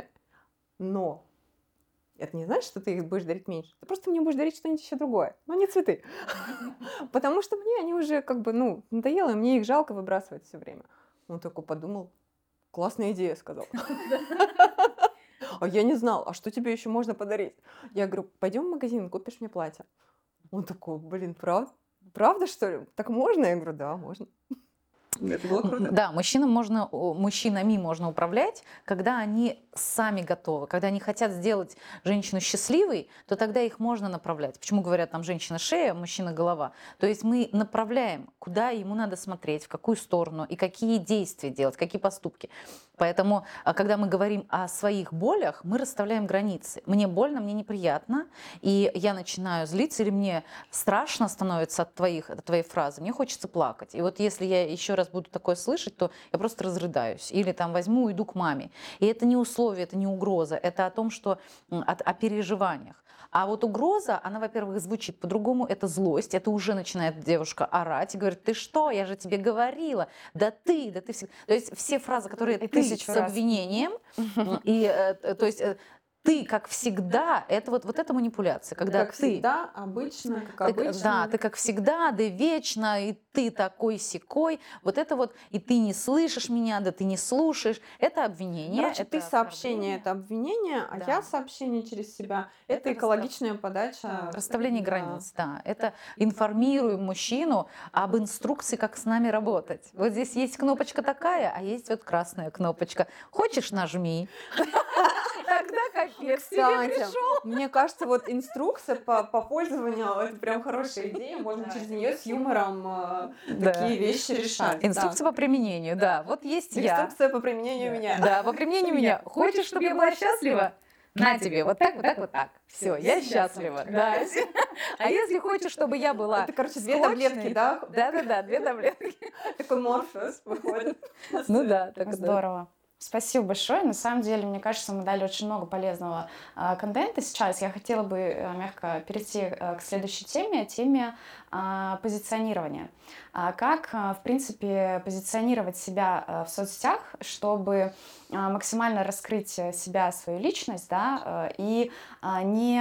но это не значит, что ты их будешь дарить меньше. Ты просто мне будешь дарить что-нибудь еще другое, но не цветы. Потому что мне они уже как бы, ну, надоело, и мне их жалко выбрасывать все время. Он такой подумал: классная идея, сказал. А я не знал, а что тебе еще можно подарить? Я говорю: пойдем в магазин, купишь мне платье. Он такой: блин, правда? Правда, что ли? Так можно? Я говорю: да, можно. Это было круто. Да, мужчинам можно, мужчинами можно управлять, когда они сами готовы, когда они хотят сделать женщину счастливой, то тогда их можно направлять. Почему говорят там женщина шея, мужчина голова? То есть мы направляем, куда ему надо смотреть, в какую сторону и какие действия делать, какие поступки. Поэтому, когда мы говорим о своих болях, мы расставляем границы. Мне больно, мне неприятно, и я начинаю злиться, или мне страшно становится от, твоих, от твоей фразы, мне хочется плакать. И вот если я еще раз буду такое слышать, то я просто разрыдаюсь. Или там возьму, уйду к маме. И это не условие, это не угроза, это о том, что о, о переживаниях. А вот угроза, она, во-первых, звучит по-другому, это злость, это уже начинает девушка орать и говорит: ты что, я же тебе говорила, да ты, да ты всегда. То есть все фразы, которые ты с обвинением, и, то есть ты, как всегда, это вот, вот эта манипуляция, когда Как ты... всегда, обычно, как Ты, обычно. да, ты как всегда, да вечно, и ты такой-сякой. Вот это вот, и ты не слышишь меня, да ты не слушаешь. Это обвинение. Короче, это ты сообщение, оскорбление. это обвинение, а Да. я сообщение через себя. Это, Это экологичная подача. Расставление Да. границ, да. Это информируем мужчину об инструкции, как с нами работать. Вот здесь есть кнопочка такая, а есть вот красная кнопочка. Хочешь, нажми. Тогда капец тебе Кстати, пришел. мне кажется, вот инструкция по, по пользованию, это прям хорошая идея, можно Да, через нее с юмором э, Да. такие вещи решать. Инструкция по применению, да. Вот есть Да. я. Инструкция по применению меня. Да, по применению меня. Хочешь, чтобы я была счастлива? На тебе, вот так, вот так, вот так. Все, я счастлива. Да. А если хочешь, чтобы я была Это, короче, две склочной- таблетки, да? Да-да-да, две таблетки. Такой морфеус выходит. Ну да, так это- Здорово. Спасибо большое. На самом деле, мне кажется, мы дали очень много полезного а, контента сейчас. Я хотела бы а, мягко перейти а, к следующей теме, теме а, позиционирования. А, как, а, в принципе, позиционировать себя а, в соцсетях, чтобы а, максимально раскрыть себя, свою личность, да, а, и а, не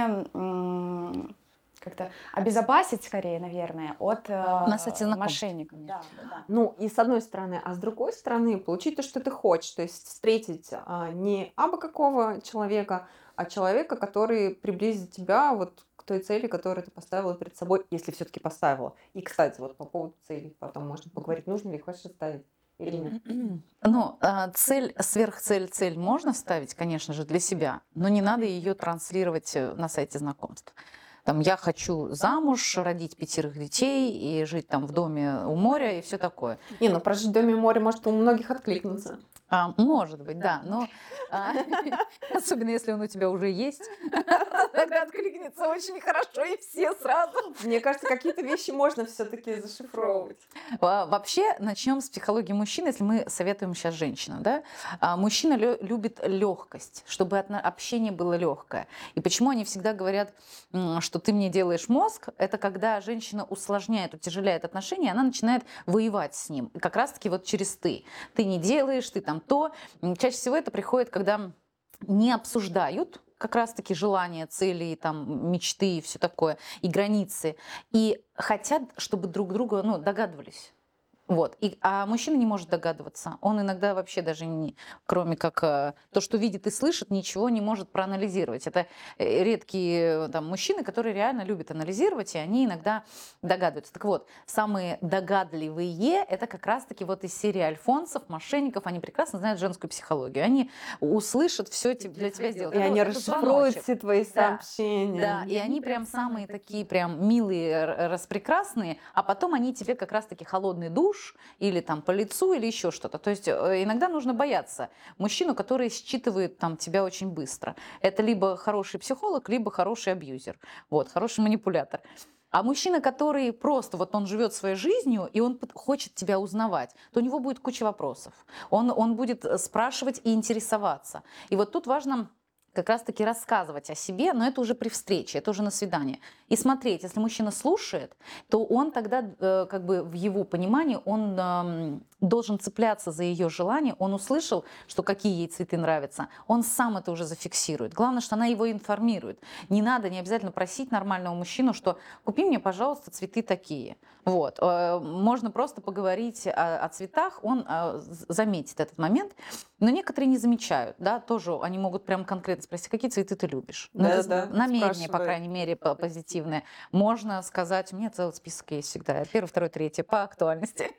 м, как-то обезопасить, скорее, наверное, от а, На сайте знакомств. мошенников. Да, да. Ну, и с одной стороны, а с другой стороны, получить то, что ты хочешь, то есть встретить а, не абы какого человека, а человека, который приблизит тебя вот к той цели, которую ты поставила перед собой, если все-таки поставила. И, кстати, вот по поводу целей потом можно поговорить, нужно ли их вообще ставить или нет. Ну, а, цель, сверхцель, цель можно ставить, конечно же, для себя, но не надо ее транслировать э, на сайте знакомств. Там, я хочу замуж, родить пятерых детей и жить там в доме у моря и все такое. Не, ну прожить в доме у моря может у многих откликнуться. А, может быть, да, но а, особенно если он у тебя уже есть, тогда откликнется очень хорошо и все сразу. Мне кажется, какие-то вещи можно все-таки зашифровывать. Во- Вообще, начнем с психологии мужчин, если мы советуем сейчас женщинам. Да? А, Мужчина лё- любит легкость, чтобы отно- общение было легкое. И почему они всегда говорят, м, что ты мне делаешь мозг, это когда женщина усложняет, утяжеляет отношения, она начинает воевать с ним. И как раз-таки вот через ты. Ты не делаешь, ты там то. М, Чаще всего это приходит, когда не обсуждают как раз-таки желания, цели, там, мечты и все такое, и границы. И хотят, чтобы друг друга, ну, догадывались. Вот. И, а мужчина не может догадываться. Он иногда вообще даже не, кроме как э, то, что видит и слышит, ничего не может проанализировать. Это э, редкие э, там, мужчины, которые реально любят анализировать, и они иногда догадываются. Так вот, самые догадливые – это как раз-таки вот из серии альфонсов, мошенников. Они прекрасно знают женскую психологию. Они услышат все для тебя сделать. И Это они вот- это расшифруют звоночек. все твои Да. сообщения. Да, и они прям самые такие прям милые, р- распрекрасные, а потом они тебе как раз-таки холодный душ или там по лицу, или еще что-то. То есть э, иногда нужно бояться мужчину, который считывает там тебя очень быстро. Это либо хороший психолог, либо хороший абьюзер, вот, хороший манипулятор. А мужчина, который просто, вот он живет своей жизнью, и он пот- хочет тебя узнавать, то у него будет куча вопросов. Он, он будет спрашивать и интересоваться. И вот тут важно как раз-таки рассказывать о себе, но это уже при встрече, это уже на свидании. И смотреть, если мужчина слушает, то он тогда, э, как бы в его понимании, он эм, должен цепляться за ее желание, он услышал, что какие ей цветы нравятся, он сам это уже зафиксирует. Главное, что она его информирует. Не надо, не обязательно просить нормального мужчину, что купи мне, пожалуйста, цветы такие. Вот. Э, Можно просто поговорить о, о цветах, он э, заметит этот момент, но некоторые не замечают, да, тоже они могут прям конкретно спросить, какие цветы ты любишь. Ну, Да, это да, намерение, по спрашивают. крайней мере, по- позитивное. Можно сказать, у меня целый список есть всегда. Первый, второй, третий, по актуальности.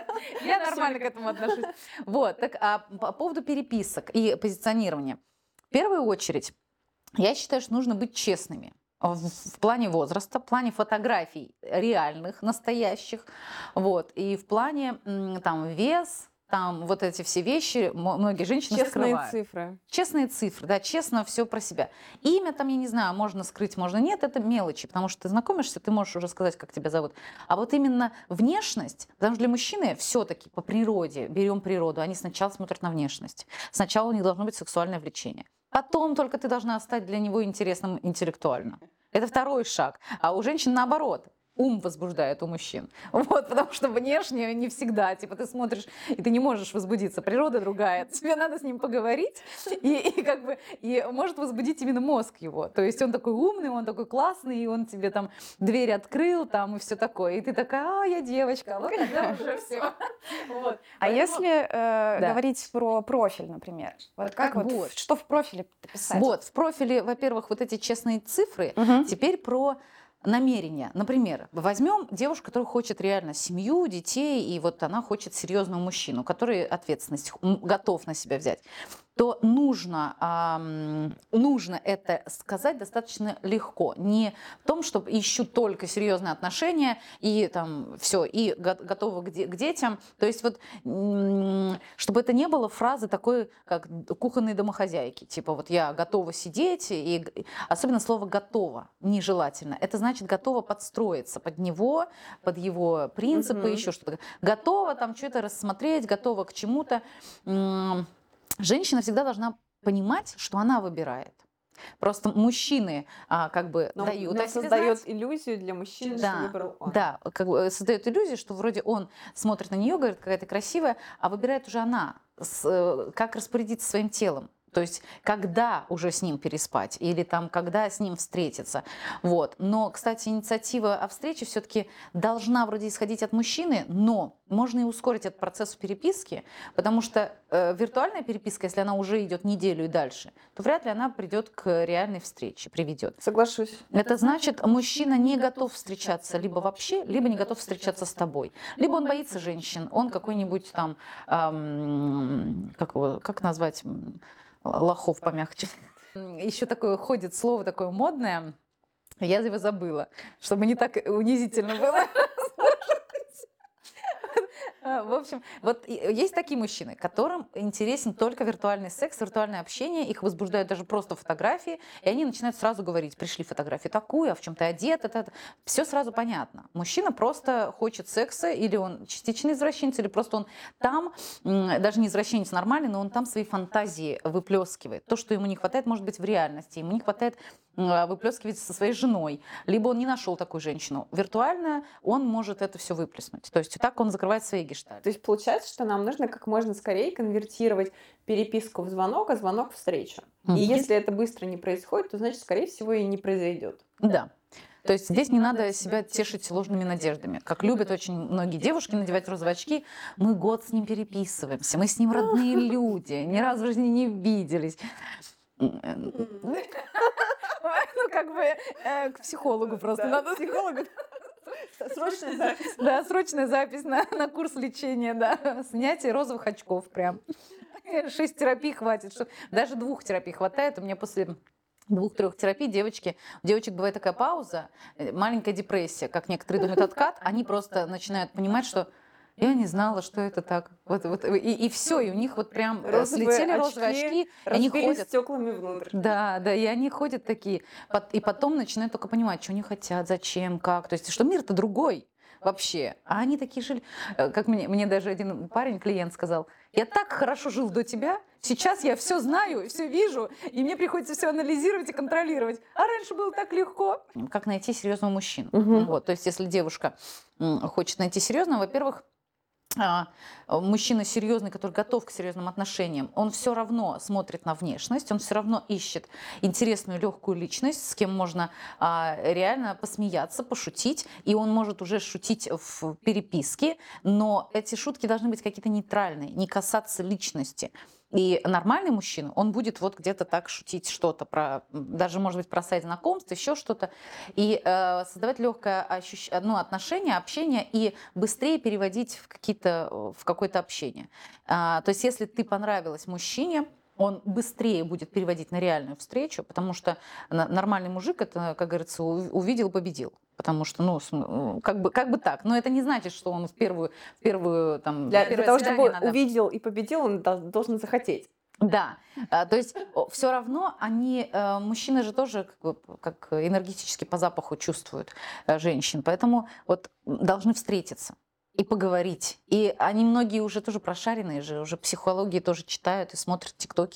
Я нормально к этому отношусь. Вот, так, а по поводу переписок и позиционирования. В первую очередь, я считаю, что нужно быть честными. В, в плане возраста, в плане фотографий реальных, настоящих, вот, и в плане м, там вес, там вот эти все вещи, м- многие женщины Честные скрывают. цифры. Честные цифры, да, честно все про себя. Имя там, я не знаю, можно скрыть, можно нет, это мелочи, потому что ты знакомишься, ты можешь уже сказать, как тебя зовут. А вот именно внешность, потому что для мужчины все-таки по природе, берем природу, они сначала смотрят на внешность. Сначала у них должно быть сексуальное влечение. Потом только ты должна стать для него интересным интеллектуально. Это второй шаг. А у женщин наоборот. ум возбуждает у мужчин. Вот, потому что внешне не всегда. Типа ты смотришь, и ты не можешь возбудиться. Природа другая. Тебе надо с ним поговорить, и, и как бы и может возбудить именно мозг его. То есть он такой умный, он такой классный, и он тебе там дверь открыл, там и все такое. И ты такая, а, я девочка, вот тогда уже все. Вот. А если э, Да. говорить про профиль, например, вот как вот, Вот. в- что в профиле писать? Вот, в профиле, во-первых, вот эти честные цифры. Мгм. Теперь про намерения. Например, возьмем девушку, которая хочет реально семью, детей, и вот она хочет серьезного мужчину, который ответственность м, готов на себя взять, то нужно, ам, нужно это сказать достаточно легко. Не в том, что ищу только серьезные отношения и там все, и го- готова к, де- к детям. То есть вот, м, чтобы это не было фразы такой, как кухонной домохозяйки. Типа вот я готова сидеть, и г- особенно слово «готова» нежелательно. Это значит готова подстроиться под него, под его принципы, Мгм. еще что-то. Готова там что-то рассмотреть, готова к чему-то. М, Женщина всегда должна понимать, что она выбирает. Просто мужчины а, как бы Но, дают но о себе создает знать. иллюзию для мужчины, Да, что выбрал он. Да, как бы создает иллюзию, что вроде он смотрит на нее, говорит, какая ты красивая, а выбирает уже она, с, э, как распорядиться своим телом. То есть, когда уже с ним переспать или там, когда с ним встретиться. Вот. Но, кстати, инициатива о встрече все-таки должна вроде исходить от мужчины, но можно и ускорить этот процесс переписки, потому что э, виртуальная переписка, если она уже идет неделю и дальше, то вряд ли она придет к реальной встрече, приведет. Соглашусь. Это значит, мужчина не готов встречаться либо вообще, либо не готов встречаться с тобой. Либо он боится женщин, он какой-нибудь там, эм, как, его, как назвать, м, лохов помягче. Еще такое ходит слово такое модное, я его забыла, чтобы не так унизительно было. В общем, вот и- есть такие мужчины, которым интересен только виртуальный секс, виртуальное общение, их возбуждают даже просто фотографии, и они начинают сразу говорить, пришли фотографию такую, а в чем ты одет, это, это. Все сразу понятно. Мужчина просто хочет секса, или он частичный извращенец, или просто он там, м, даже не извращенец нормальный, но он там свои фантазии выплескивает. То, что ему не хватает, может быть, в реальности, ему не хватает м, выплескивать со своей женой, либо он не нашел такую женщину. Виртуально он может это все выплеснуть. То есть так он закрывает свои гештальты. То есть получается, что нам нужно как можно скорее конвертировать переписку в звонок, а звонок в встречу. Мгм. И если это быстро не происходит, то значит, скорее всего, и не произойдет. Да. То есть здесь не надо себя тешить ложными надеждами. Как любят очень многие девушки надевать розовые очки. Мы год с ним переписываемся, мы с ним родные люди, ни разу в жизни не виделись. Ну, как бы э, к психологу просто надо. Психологу. Срочная запись. Да, срочная запись на, на курс лечения, да. Снятие розовых очков прям. Шесть терапий хватит. Что... Даже двух терапий хватает. У меня после двух-трех терапий девочки, у девочек бывает такая пауза, э, маленькая депрессия, как некоторые думают откат, они просто начинают понимать, что я не знала, что это так. Вот, вот, и, и все, и у них вот прям э, Розовые слетели розовые очки, и они разбились ходят. стеклами внутрь. Да, да, и они ходят такие, пот- и потом начинают только понимать, что они хотят, зачем, как. То есть, что мир-то другой вообще. А они такие жили, э, как мне, мне даже один парень, клиент сказал, я так хорошо жил до тебя, сейчас я все знаю, все вижу, и мне приходится все анализировать и контролировать. А раньше было так легко. Как найти серьезного мужчину? Мгм. Вот, то есть, если девушка м, хочет найти серьезного, во-первых, а, мужчина серьезный, который готов к серьезным отношениям, он все равно смотрит на внешность, он все равно ищет интересную легкую личность, с кем можно а, реально посмеяться, пошутить, и он может уже шутить в переписке, но эти шутки должны быть какие-то нейтральные, не касаться личности. И нормальный мужчина, он будет вот где-то так шутить что-то про, даже, может быть, про сайт знакомств, еще что-то, и э, создавать легкое ощущ... ну, отношение, общение и быстрее переводить в, какие-то, в какое-то общение. А, то есть, если ты понравилась мужчине, он быстрее будет переводить на реальную встречу, потому что на- нормальный мужик, это, как говорится, у- увидел, победил. Потому что, ну, с- как бы, как бы так. Но это не значит, что он в первую, в первую там, Для, в для первое того, свидание чтобы надо- увидел и победил, он дол- должен захотеть. Да, а, то есть все равно они, э, мужчины же тоже как, бы, как энергетически по запаху чувствуют э, женщин, поэтому вот должны встретиться и поговорить. И они многие уже тоже прошаренные же, уже психологии тоже читают и смотрят тиктоки.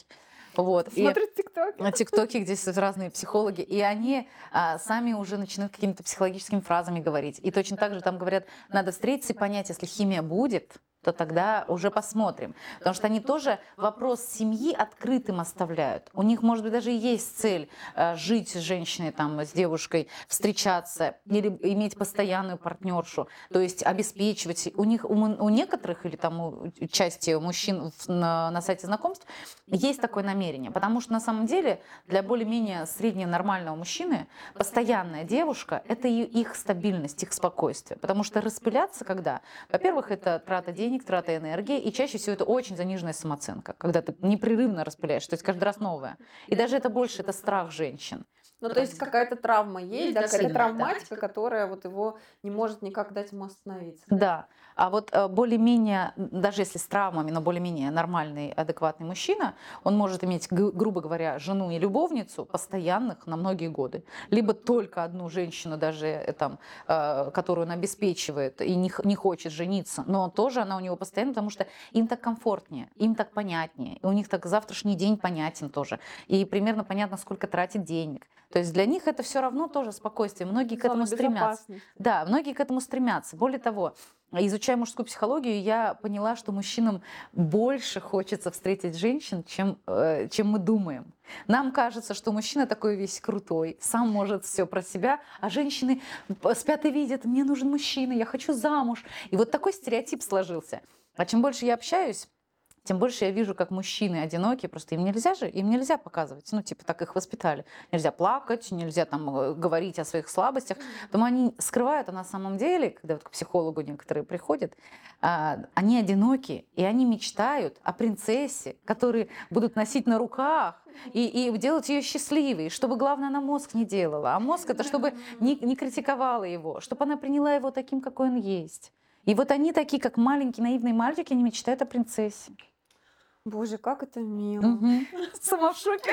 Вот. И Смотрят ТикТок. на ТикТоке, где сидят разные психологи, и они а, сами уже начинают какими-то психологическими фразами говорить. И точно так же там говорят, надо встретиться и понять, если химия будет, то тогда уже посмотрим. Потому что они тоже вопрос семьи открытым оставляют. У них, может быть, даже и есть цель э, жить с женщиной, там, с девушкой, встречаться или иметь постоянную партнершу, то есть обеспечивать. У них, у, у некоторых или там у части мужчин в, на, на сайте знакомств есть такое намерение. Потому что на самом деле для более-менее среднего нормального мужчины постоянная девушка – это их стабильность, их спокойствие. Потому что распыляться когда? Во-первых, это трата денег, трата энергии, и чаще всего это очень заниженная самооценка, когда ты непрерывно распыляешь, то есть каждый раз новое. И даже это больше, это страх женщин. Ну, то есть какая-то травма есть, да, какая-то сильная, травматика, которая вот его не может никак дать ему остановиться. Да, а вот э, более-менее, даже если с травмами, но более-менее нормальный, адекватный мужчина, он может иметь, г- грубо говоря, жену и любовницу постоянных на многие годы. Либо только одну женщину, даже э, там, э, которую он обеспечивает и не, х- не хочет жениться, но тоже она у него постоянно, потому что им так комфортнее, им так понятнее, и у них так завтрашний день понятен тоже, и примерно понятно, сколько тратит денег. То есть для них это все равно тоже спокойствие. Многие к этому Зона стремятся. безопасности. Да, многие к этому стремятся. Более того, изучая мужскую психологию, я поняла, что мужчинам больше хочется встретить женщин, чем, э, чем мы думаем. Нам кажется, что мужчина такой весь крутой, сам может все про себя, а женщины спят и видят, мне нужен мужчина, я хочу замуж. И вот такой стереотип сложился. А чем больше я общаюсь, тем больше я вижу, как мужчины одинокие, просто им нельзя же, им нельзя показывать, ну, типа, так их воспитали. Нельзя плакать, нельзя там э, говорить о своих слабостях. Поэтому они скрывают, а на самом деле, когда вот к психологу некоторые приходят, а, они одиноки, и они мечтают о принцессе, которые будут носить на руках и, и делать ее счастливой, чтобы, главное, она мозг не делала. А мозг это чтобы не, не критиковала его, чтобы она приняла его таким, какой он есть. И вот они такие, как маленькие наивные мальчики, они мечтают о принцессе. Боже, как это мило. Мгм. Сама в шоке.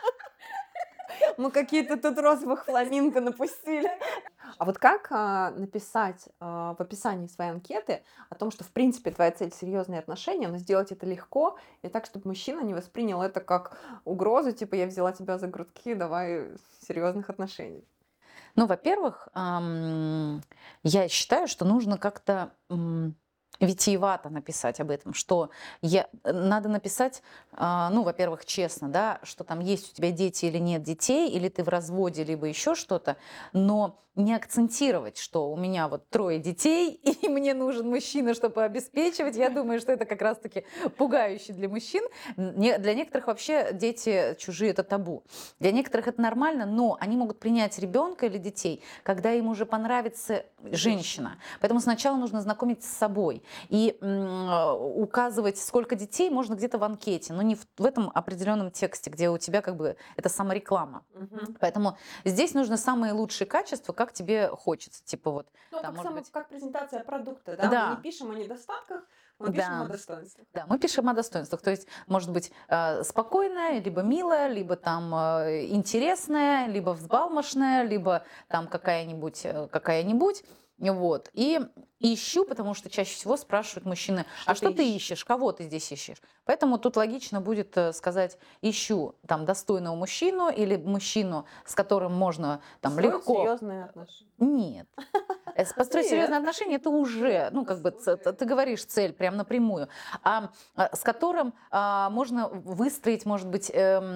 Мы какие-то тут розовых фламинго напустили. А вот как а, написать а, в описании своей анкеты о том, что в принципе твоя цель серьезные отношения, но сделать это легко и так, чтобы мужчина не воспринял это как угрозу, типа я взяла тебя за грудки, давай серьезных отношений. Ну, во-первых, ам, я считаю, что нужно как-то м, витиевато написать об этом, что я, надо написать, а, ну, во-первых, честно, да, что там есть у тебя дети или нет детей, или ты в разводе, либо еще что-то, но не акцентировать, что у меня вот трое детей, и мне нужен мужчина, чтобы обеспечивать. Я думаю, что это как раз-таки пугающе для мужчин. Не- Для некоторых вообще дети чужие – это табу. Для некоторых это нормально, но они могут принять ребенка или детей, когда им уже понравится женщина. Поэтому сначала нужно знакомить с собой. И м, указывать, сколько детей, можно где-то в анкете, но не в, в этом определенном тексте, где у тебя как бы это самореклама. Поэтому здесь нужны самые лучшие качества, как тебе хочется. Типа вот, Ну, там, как, может само- быть, как презентация продукта, да? Да. Мы не пишем о недостатках, мы Да. пишем о достоинствах. да, мы пишем о достоинствах. То есть, может быть, э, спокойная, либо милая, либо там э, интересная, либо взбалмошная, либо там какая-нибудь, э, какая-нибудь. Вот. И ищу, потому что чаще всего спрашивают мужчины, Что а ты что ты ищешь? ищешь, кого ты здесь ищешь? Поэтому тут логично будет э, сказать, ищу там достойного мужчину или мужчину, с которым можно там Строить легко... серьезные отношения. Нет. Э, Построить Нет. серьезные отношения это уже, ну, как бы ц- ц- ты говоришь цель прям напрямую, а, а, с которым а, можно выстроить, может быть,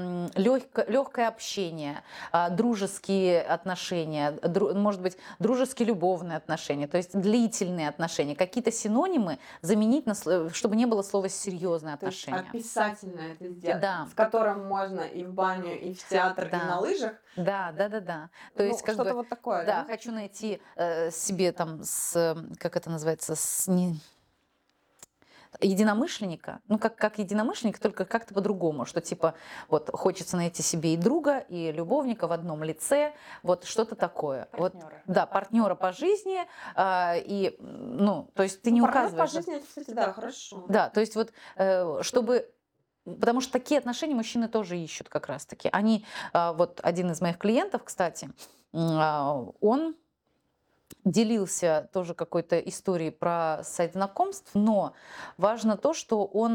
легкое общение, а, дружеские отношения, дру- может быть, дружески-любовные отношения, то есть длительные отношения, какие-то синонимы заменить, на, сло- чтобы не было слова серьезные То есть отношения. описательно это сделать, Да. с которым можно и в баню, и в театр, и Да. на лыжах. Да, да, да, да. То Ну, есть, как что-то бы, вот такое, да, да? хочу найти э, себе там с, э, как это называется, с не- единомышленника, ну как, как единомышленник, только как-то по-другому, что типа вот хочется найти себе и друга, и любовника в одном лице, вот что-то такое. Вот, Партнёра. да, партнера по жизни, а, и, ну, то есть ты не Ну, партнёр указываешь. по жизни, это, кстати, да, хорошо. Да, то есть вот, э, чтобы... Потому что такие отношения мужчины тоже ищут как раз-таки. Они, а, вот один из моих клиентов, кстати, м, а, он делился тоже какой-то историей про сайт знакомств, но важно то, что он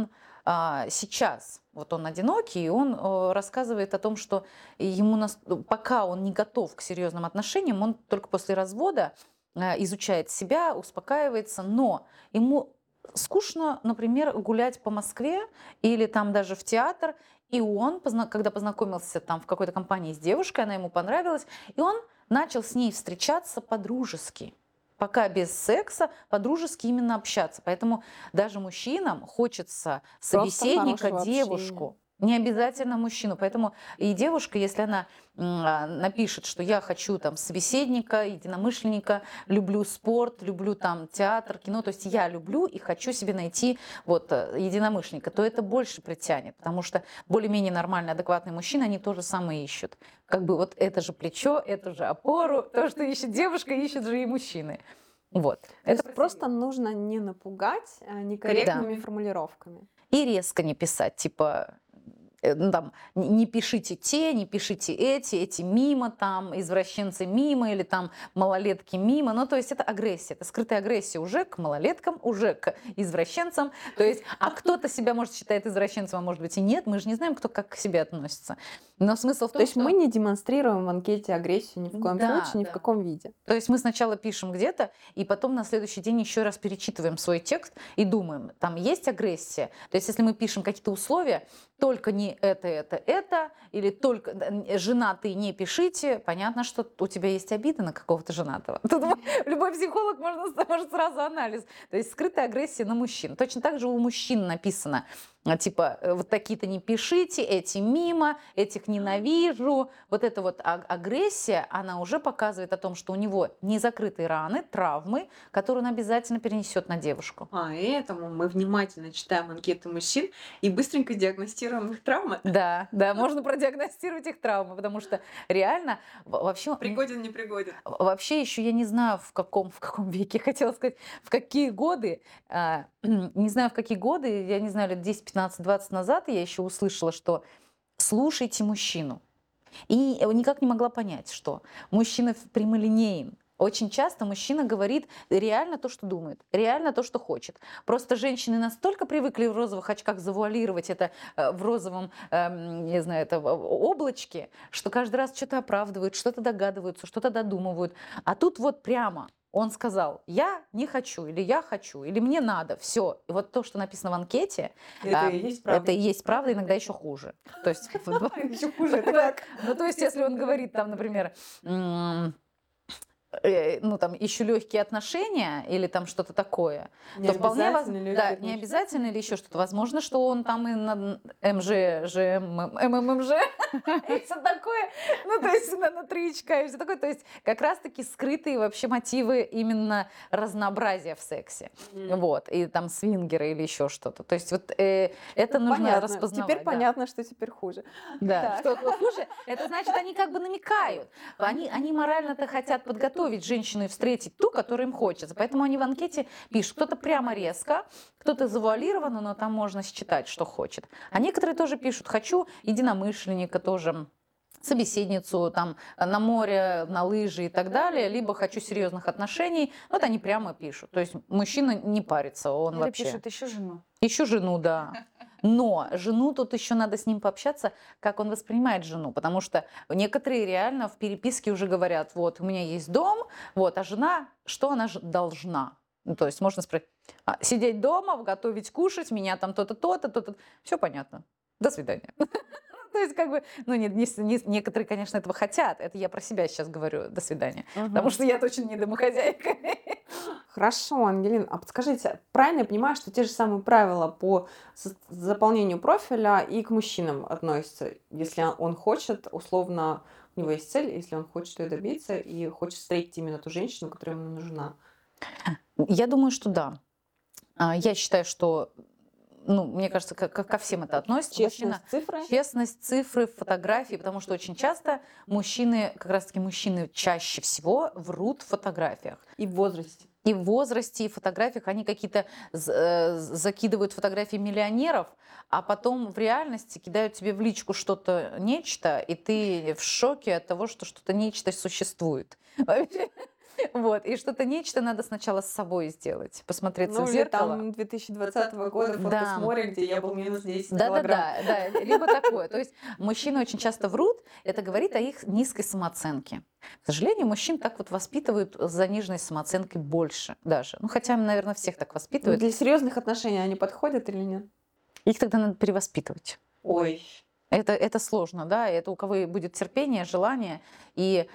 а, сейчас вот он одинокий, и он э, рассказывает о том, что ему нас- пока он не готов к серьезным отношениям, он только после развода э, изучает себя, успокаивается, но ему скучно, например, гулять по Москве или там даже в театр, и он, позна- когда познакомился там в какой-то компании с девушкой, она ему понравилась, и он начал с ней встречаться по-дружески. Пока без секса, по-дружески именно общаться. Поэтому даже мужчинам хочется собеседника, хорошего общения. девушку. Не обязательно мужчину. Поэтому и девушка, если она м, а, напишет, что я хочу там собеседника, единомышленника, люблю спорт, люблю там театр, кино, то есть я люблю и хочу себе найти вот э, единомышленника, то это больше притянет, потому что более-менее нормальные, адекватные мужчины, они то же самое ищут. Как бы вот это же плечо, это же опору, то, что ищет девушка, ищут же и мужчины. Вот. То Это есть просто нужно не напугать а, некорректными формулировками. И резко не писать, типа, э, ну, там, не не пишите те, не пишите эти, эти мимо, там, извращенцы мимо, или там малолетки мимо. Ну, то есть это агрессия, это скрытая агрессия уже к малолеткам, уже к извращенцам. То есть, а кто-то себя, может, считает извращенцем, а может быть и нет, мы же не знаем, кто как к себе относится. Но смысл в том, То есть что... мы не демонстрируем в анкете агрессию ни в коем Да, случае, ни да. в каком виде. То есть мы сначала пишем где-то, и потом на следующий день еще раз перечитываем свой текст и думаем, там есть агрессия. То есть если мы пишем какие-то условия, только не это, это, это, или только э, женатые не пишите, понятно, что у тебя есть обида на какого-то женатого. Тут любой психолог можно, может сразу анализ. То есть скрытая агрессия на мужчин. Точно так же у мужчин написано, типа, вот такие-то не пишите, эти мимо, этих ненавижу. Вот эта вот а- агрессия, она уже показывает о том, что у него незакрытые раны, травмы, которые он обязательно перенесет на девушку. Поэтому мы внимательно читаем анкеты мужчин и быстренько диагностируем их травмы. Да, да, можно продиагностировать их травмы, потому что реально в- вообще... Пригоден, не пригоден. Вообще еще я не знаю, в каком, в каком веке, хотела сказать, в какие годы, а, не знаю, в какие годы, я не знаю, лет десять, пятнадцать, двадцать назад я еще услышала, что слушайте мужчину. И никак не могла понять, что мужчина прямолинеен. Очень часто мужчина говорит реально то, что думает, реально то, что хочет. Просто женщины настолько привыкли в розовых очках завуалировать это э, в розовом, эм, не знаю, это в- облачке, что каждый раз что-то оправдывают, что-то догадываются, что-то додумывают. А тут вот прямо он сказал, я не хочу, или я хочу, или мне надо, все. И вот то, что написано в анкете, Это а, и есть правда. это и есть правда, иногда еще хуже. То есть, Еще хуже, это как? ну, то есть, если он говорит там, например, м, э, ну, там, ищу легкие отношения или там что-то такое, Не то вполне воз- обязательно легкие да, не отношения. обязательно или еще что-то. Возможно, что он там и на МЖ, ЖМ, МММЖ и все такое. Ну, то есть на, на три очка и все такое. То есть как раз-таки скрытые вообще мотивы именно разнообразия в сексе. Мгм. Вот. И там свингеры или еще что-то. То есть вот э, это нужно Понятно. распознавать. Теперь да. понятно, что теперь хуже. Да, Так. что хуже, это значит, они как бы намекают. Они, они морально-то хотят подготовить женщину и встретить ту, которую им хочется. Поэтому они в анкете пишут, кто-то прямо резко, кто-то завуалированно, но там можно считать, что хочет. А некоторые тоже пишут, хочу единомышленника тоже, собеседницу там на море, на лыжи и так далее, либо хочу серьезных отношений. Вот они прямо пишут. То есть мужчина не парится, он Или вообще... пишет еще жену. Еще жену, да. Но жену тут еще надо с ним пообщаться, как он воспринимает жену, потому что некоторые реально в переписке уже говорят, вот у меня есть дом, вот, а жена, что она ж- должна? Ну, то есть можно спросить, «А, сидеть дома, готовить, кушать, меня там то-то, то-то, то-то, все понятно, до свидания. То есть как бы, ну нет, не, не- некоторые, конечно, этого хотят, это я про себя сейчас говорю, до свидания, потому что я точно не домохозяйка. Хорошо, Ангелин, а подскажите, правильно я понимаю, что те же самые правила по с- заполнению профиля и к мужчинам относятся, если он он хочет, условно, у него есть цель, если он хочет ее добиться и хочет встретить именно ту женщину, которая ему нужна. Я думаю, что да. А, Я считаю, что, ну, мне кажется, ко, ко- ко всем это относится. Честность, Мужчина- цифры. Честность, цифры, фотографии, потому что очень часто мужчины, как раз-таки мужчины чаще всего врут в фотографиях. И в возрасте. И в возрасте, и в фотографиях они какие-то з- э, закидывают фотографии миллионеров, а потом в реальности кидают тебе в личку что-то, нечто, и ты в шоке от того, что что-то нечто существует. Вообще. Вот, и что-то нечто надо сначала с собой сделать, посмотреться Ну, в или зеркало. там две тысячи двадцатого года фото Да. с моря, где я был минус десять Да, да, килограмм. да, да, либо такое. То есть мужчины очень часто врут, это говорит о их низкой самооценке. К сожалению, мужчин так вот воспитывают с заниженной самооценкой больше даже. Ну, хотя, наверное, всех так Ну, воспитывают. для серьезных отношений они подходят или нет? Их тогда надо перевоспитывать. Ой. Это, это сложно, да, это у кого будет терпение, желание, и...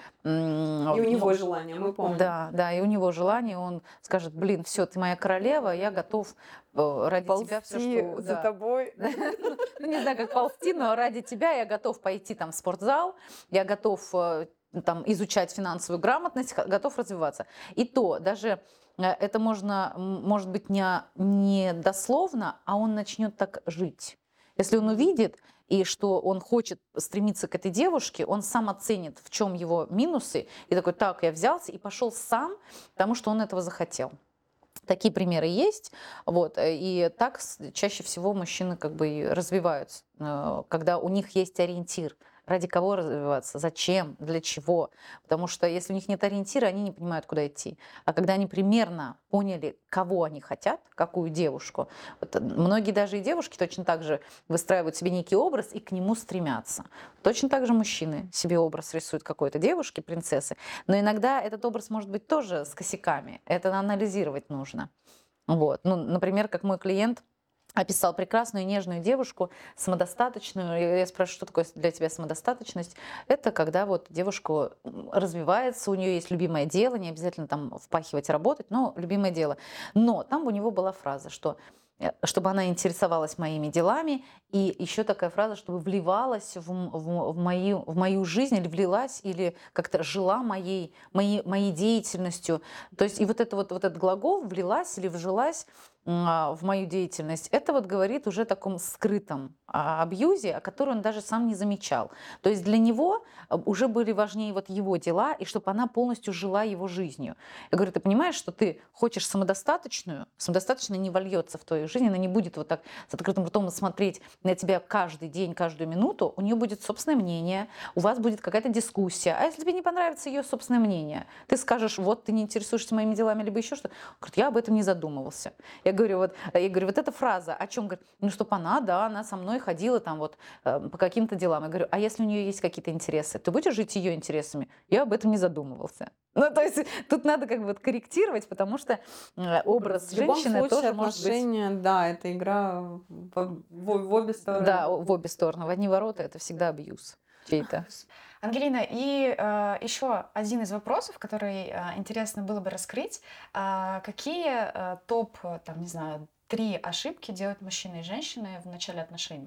м, И у него ну, желание, мы помним. Да, да, и у него желание, он скажет, блин, все, ты моя королева, я готов э, ради тебя все, Ползти что... за да. тобой. Ну, не знаю, как ползти, но ради тебя я готов пойти там в спортзал, я готов э, там изучать финансовую грамотность, х- готов развиваться. И то, даже э, это можно, м, может быть, не, не дословно, а он начнет так жить. Если он увидит, и что он хочет стремиться к этой девушке, он сам оценит, в чем его минусы, и такой, так, я взялся и пошел сам, потому что он этого захотел. Такие примеры есть, вот, и так с- чаще всего мужчины как бы и развиваются, э, когда у них есть ориентир, ради кого развиваться, зачем, для чего, потому что если у них нет ориентира, они не понимают, куда идти, а когда они примерно поняли, кого они хотят, какую девушку, вот, э, многие даже и девушки точно так же выстраивают себе некий образ и к нему стремятся, точно так же мужчины себе образ рисуют какой-то девушки, принцессы, но иногда этот образ может быть тоже с косяками, это анализировать нужно. Вот. Ну, например, как мой клиент описал прекрасную нежную девушку, самодостаточную. И я спрашиваю, что такое для тебя самодостаточность? Это когда вот девушка м, развивается, у нее есть любимое дело, не обязательно там впахивать, работать, но любимое дело. Но там у него была фраза, что э, чтобы она интересовалась моими делами, и еще такая фраза, чтобы вливалась в, м- в, в мою, в мою жизнь, или влилась, или как-то жила моей, моей, моей деятельностью. То есть и вот, это вот, вот этот глагол «влилась» или «вжилась» м, а, в мою деятельность, это вот говорит уже о таком скрытом а, абьюзе, о котором он даже сам не замечал. То есть для него а, уже были важнее вот его дела, и чтобы она полностью жила его жизнью. Я говорю, ты понимаешь, что ты хочешь самодостаточную, самодостаточная не вольется в твою жизнь, она не будет вот так с открытым ртом смотреть на тебя каждый день, каждую минуту, у нее будет собственное мнение, у вас будет какая-то дискуссия. А если тебе не понравится ее собственное мнение, ты скажешь, вот ты не интересуешься моими делами, либо еще что-то. Говорит, я об этом не задумывался. Я говорю, вот, я говорю, вот эта фраза, о чем? Говорит, ну, чтобы она, да, она со мной ходила там вот э, по каким-то делам. Я говорю, а если у нее есть какие-то интересы, ты будешь жить ее интересами? Я об этом не задумывался. Ну, то есть тут надо как бы вот корректировать, потому что э, образ В любом женщины случае, тоже может быть... отношения, да, это игра в, в- в обе стороны. Да, в обе стороны. В одни ворота это всегда абьюз чей-то. Ангелина, и э, еще один из вопросов, который э, интересно было бы раскрыть. А какие э, топ, э, там, не знаю, три ошибки делают мужчины и женщины в начале отношений?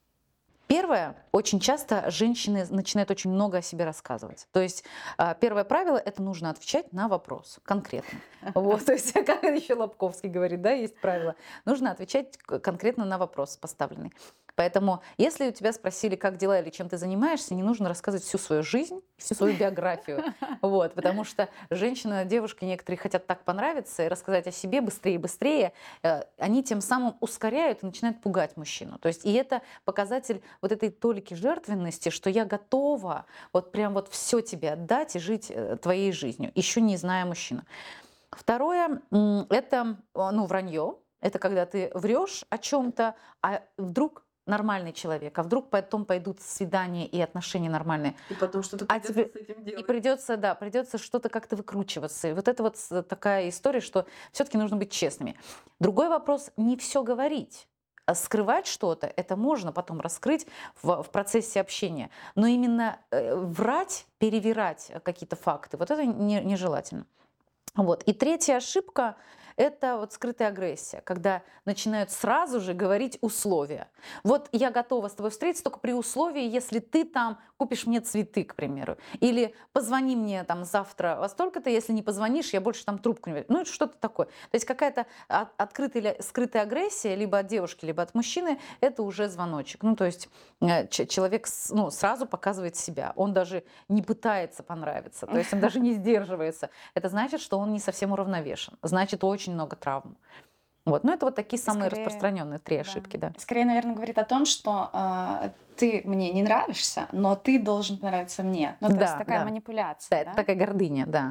Первое, очень часто женщины начинают очень много о себе рассказывать. То есть а, первое правило – это нужно отвечать на вопрос конкретно. Вот, то есть, как еще Лобковский говорит, да, есть правило. Нужно отвечать к- конкретно на вопрос поставленный. Поэтому, если у тебя спросили, как дела или чем ты занимаешься, не нужно рассказывать всю свою жизнь, всю свою биографию. Вот, потому что женщины, девушки некоторые хотят так понравиться и рассказать о себе быстрее и быстрее. Э, Они тем самым ускоряют и начинают пугать мужчину. То есть, и это показатель вот этой толики жертвенности, что я готова вот прям вот все тебе отдать и жить э, твоей жизнью, еще не зная мужчину. Второе, м, это э, ну, вранье. Это когда ты врешь о чем-то, а вдруг нормальный человек, а вдруг потом пойдут свидания и отношения нормальные. И потом что-то А придется тебе- с этим И делать. придется, да, придется что-то как-то выкручиваться. И вот это вот с- такая история, что все-таки нужно быть честными. Другой вопрос, не все говорить. А скрывать что-то, это можно потом раскрыть в, в процессе общения. Но именно э, врать, перевирать какие-то факты, вот это не- нежелательно. Вот. И третья ошибка – это вот скрытая агрессия, когда начинают сразу же говорить условия. Вот я готова с тобой встретиться только при условии, если ты там купишь мне цветы, к примеру. Или позвони мне там завтра во столько-то, если не позвонишь, я больше там трубку не возьму. Ну, что-то такое. То есть какая-то от- открытая или скрытая агрессия либо от девушки, либо от мужчины – это уже звоночек. Ну, то есть э, ч- человек с- ну, сразу показывает себя. Он даже не пытается понравиться, то есть он даже не сдерживается. Это значит, что он не совсем уравновешен. Значит, очень много травм. Вот. Но это вот такие самые скорее, распространенные три Да. ошибки. Да. Скорее, наверное, говорит о том, что э, ты мне не нравишься, но ты должен понравиться мне. Ну, то есть Да, такая да. манипуляция, Да, да? это такая гордыня, да. Мгм.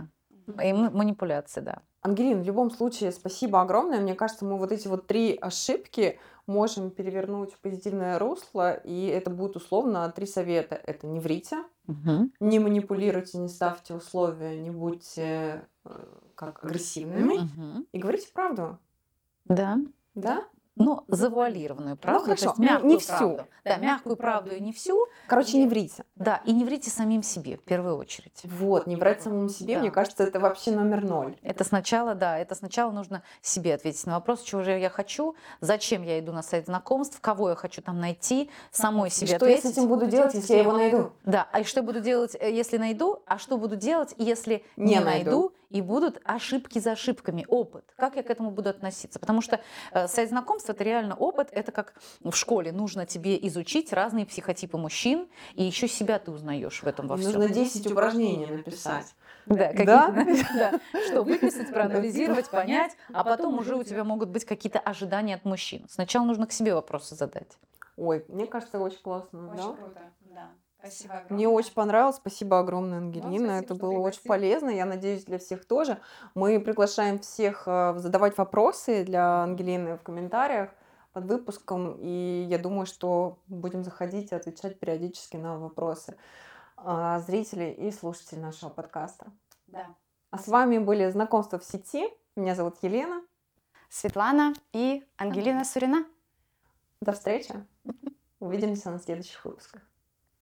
И м- манипуляции, да. Ангелина, в любом случае, спасибо огромное. Мне кажется, мы вот эти вот три ошибки можем перевернуть в позитивное русло, и это будет условно три совета. Это не врите, Мгм. не манипулируйте, не ставьте условия, не будьте э, как агрессивными Мгм. и говорите правду. Да. Да? Ну, завуалированную правду, хорошо, то есть ну, не мягкую всю. правду. Да, мягкую правду и не всю. Короче, не врите. Да, и не врите самим себе в первую очередь. Вот, не врать самому себе, Да. мне кажется, это вообще номер ноль. Это сначала, да, это сначала нужно себе ответить на вопрос, чего же я хочу, зачем я иду на сайт знакомств, кого я хочу там найти, самой И себе что я ответить. с этим буду делать, если я его найду? Да, а и что я буду делать, э, если найду, а что буду делать, если Не не, найду. найду, и будут ошибки за ошибками, опыт. Как я к этому буду относиться? Потому что э, сайт знакомств — это реально опыт, это как в школе, нужно тебе изучить разные психотипы мужчин, и еще себя ты узнаешь в этом во И всем. нужно десять упражнений написать. Да, Да? какие-то, да, что выписать, проанализировать, понять, а потом уже у тебя могут быть какие-то ожидания от мужчин. Сначала нужно к себе вопросы задать. Ой, мне кажется, очень классно. Очень да? круто, да. Спасибо огромное. Мне очень понравилось. Спасибо огромное, Ангелина. спасибо, Это что было очень пригласили. полезно. Я надеюсь, для всех тоже. Мы приглашаем всех э, задавать вопросы для Ангелины в комментариях под выпуском. И я думаю, что будем заходить и отвечать периодически на вопросы а, зрителей и слушателей нашего подкаста. Да. А с вами были «Знакомства в сети». Меня зовут Елена. Светлана и Ангелина Сурина. До встречи. Увидимся на следующих выпусках.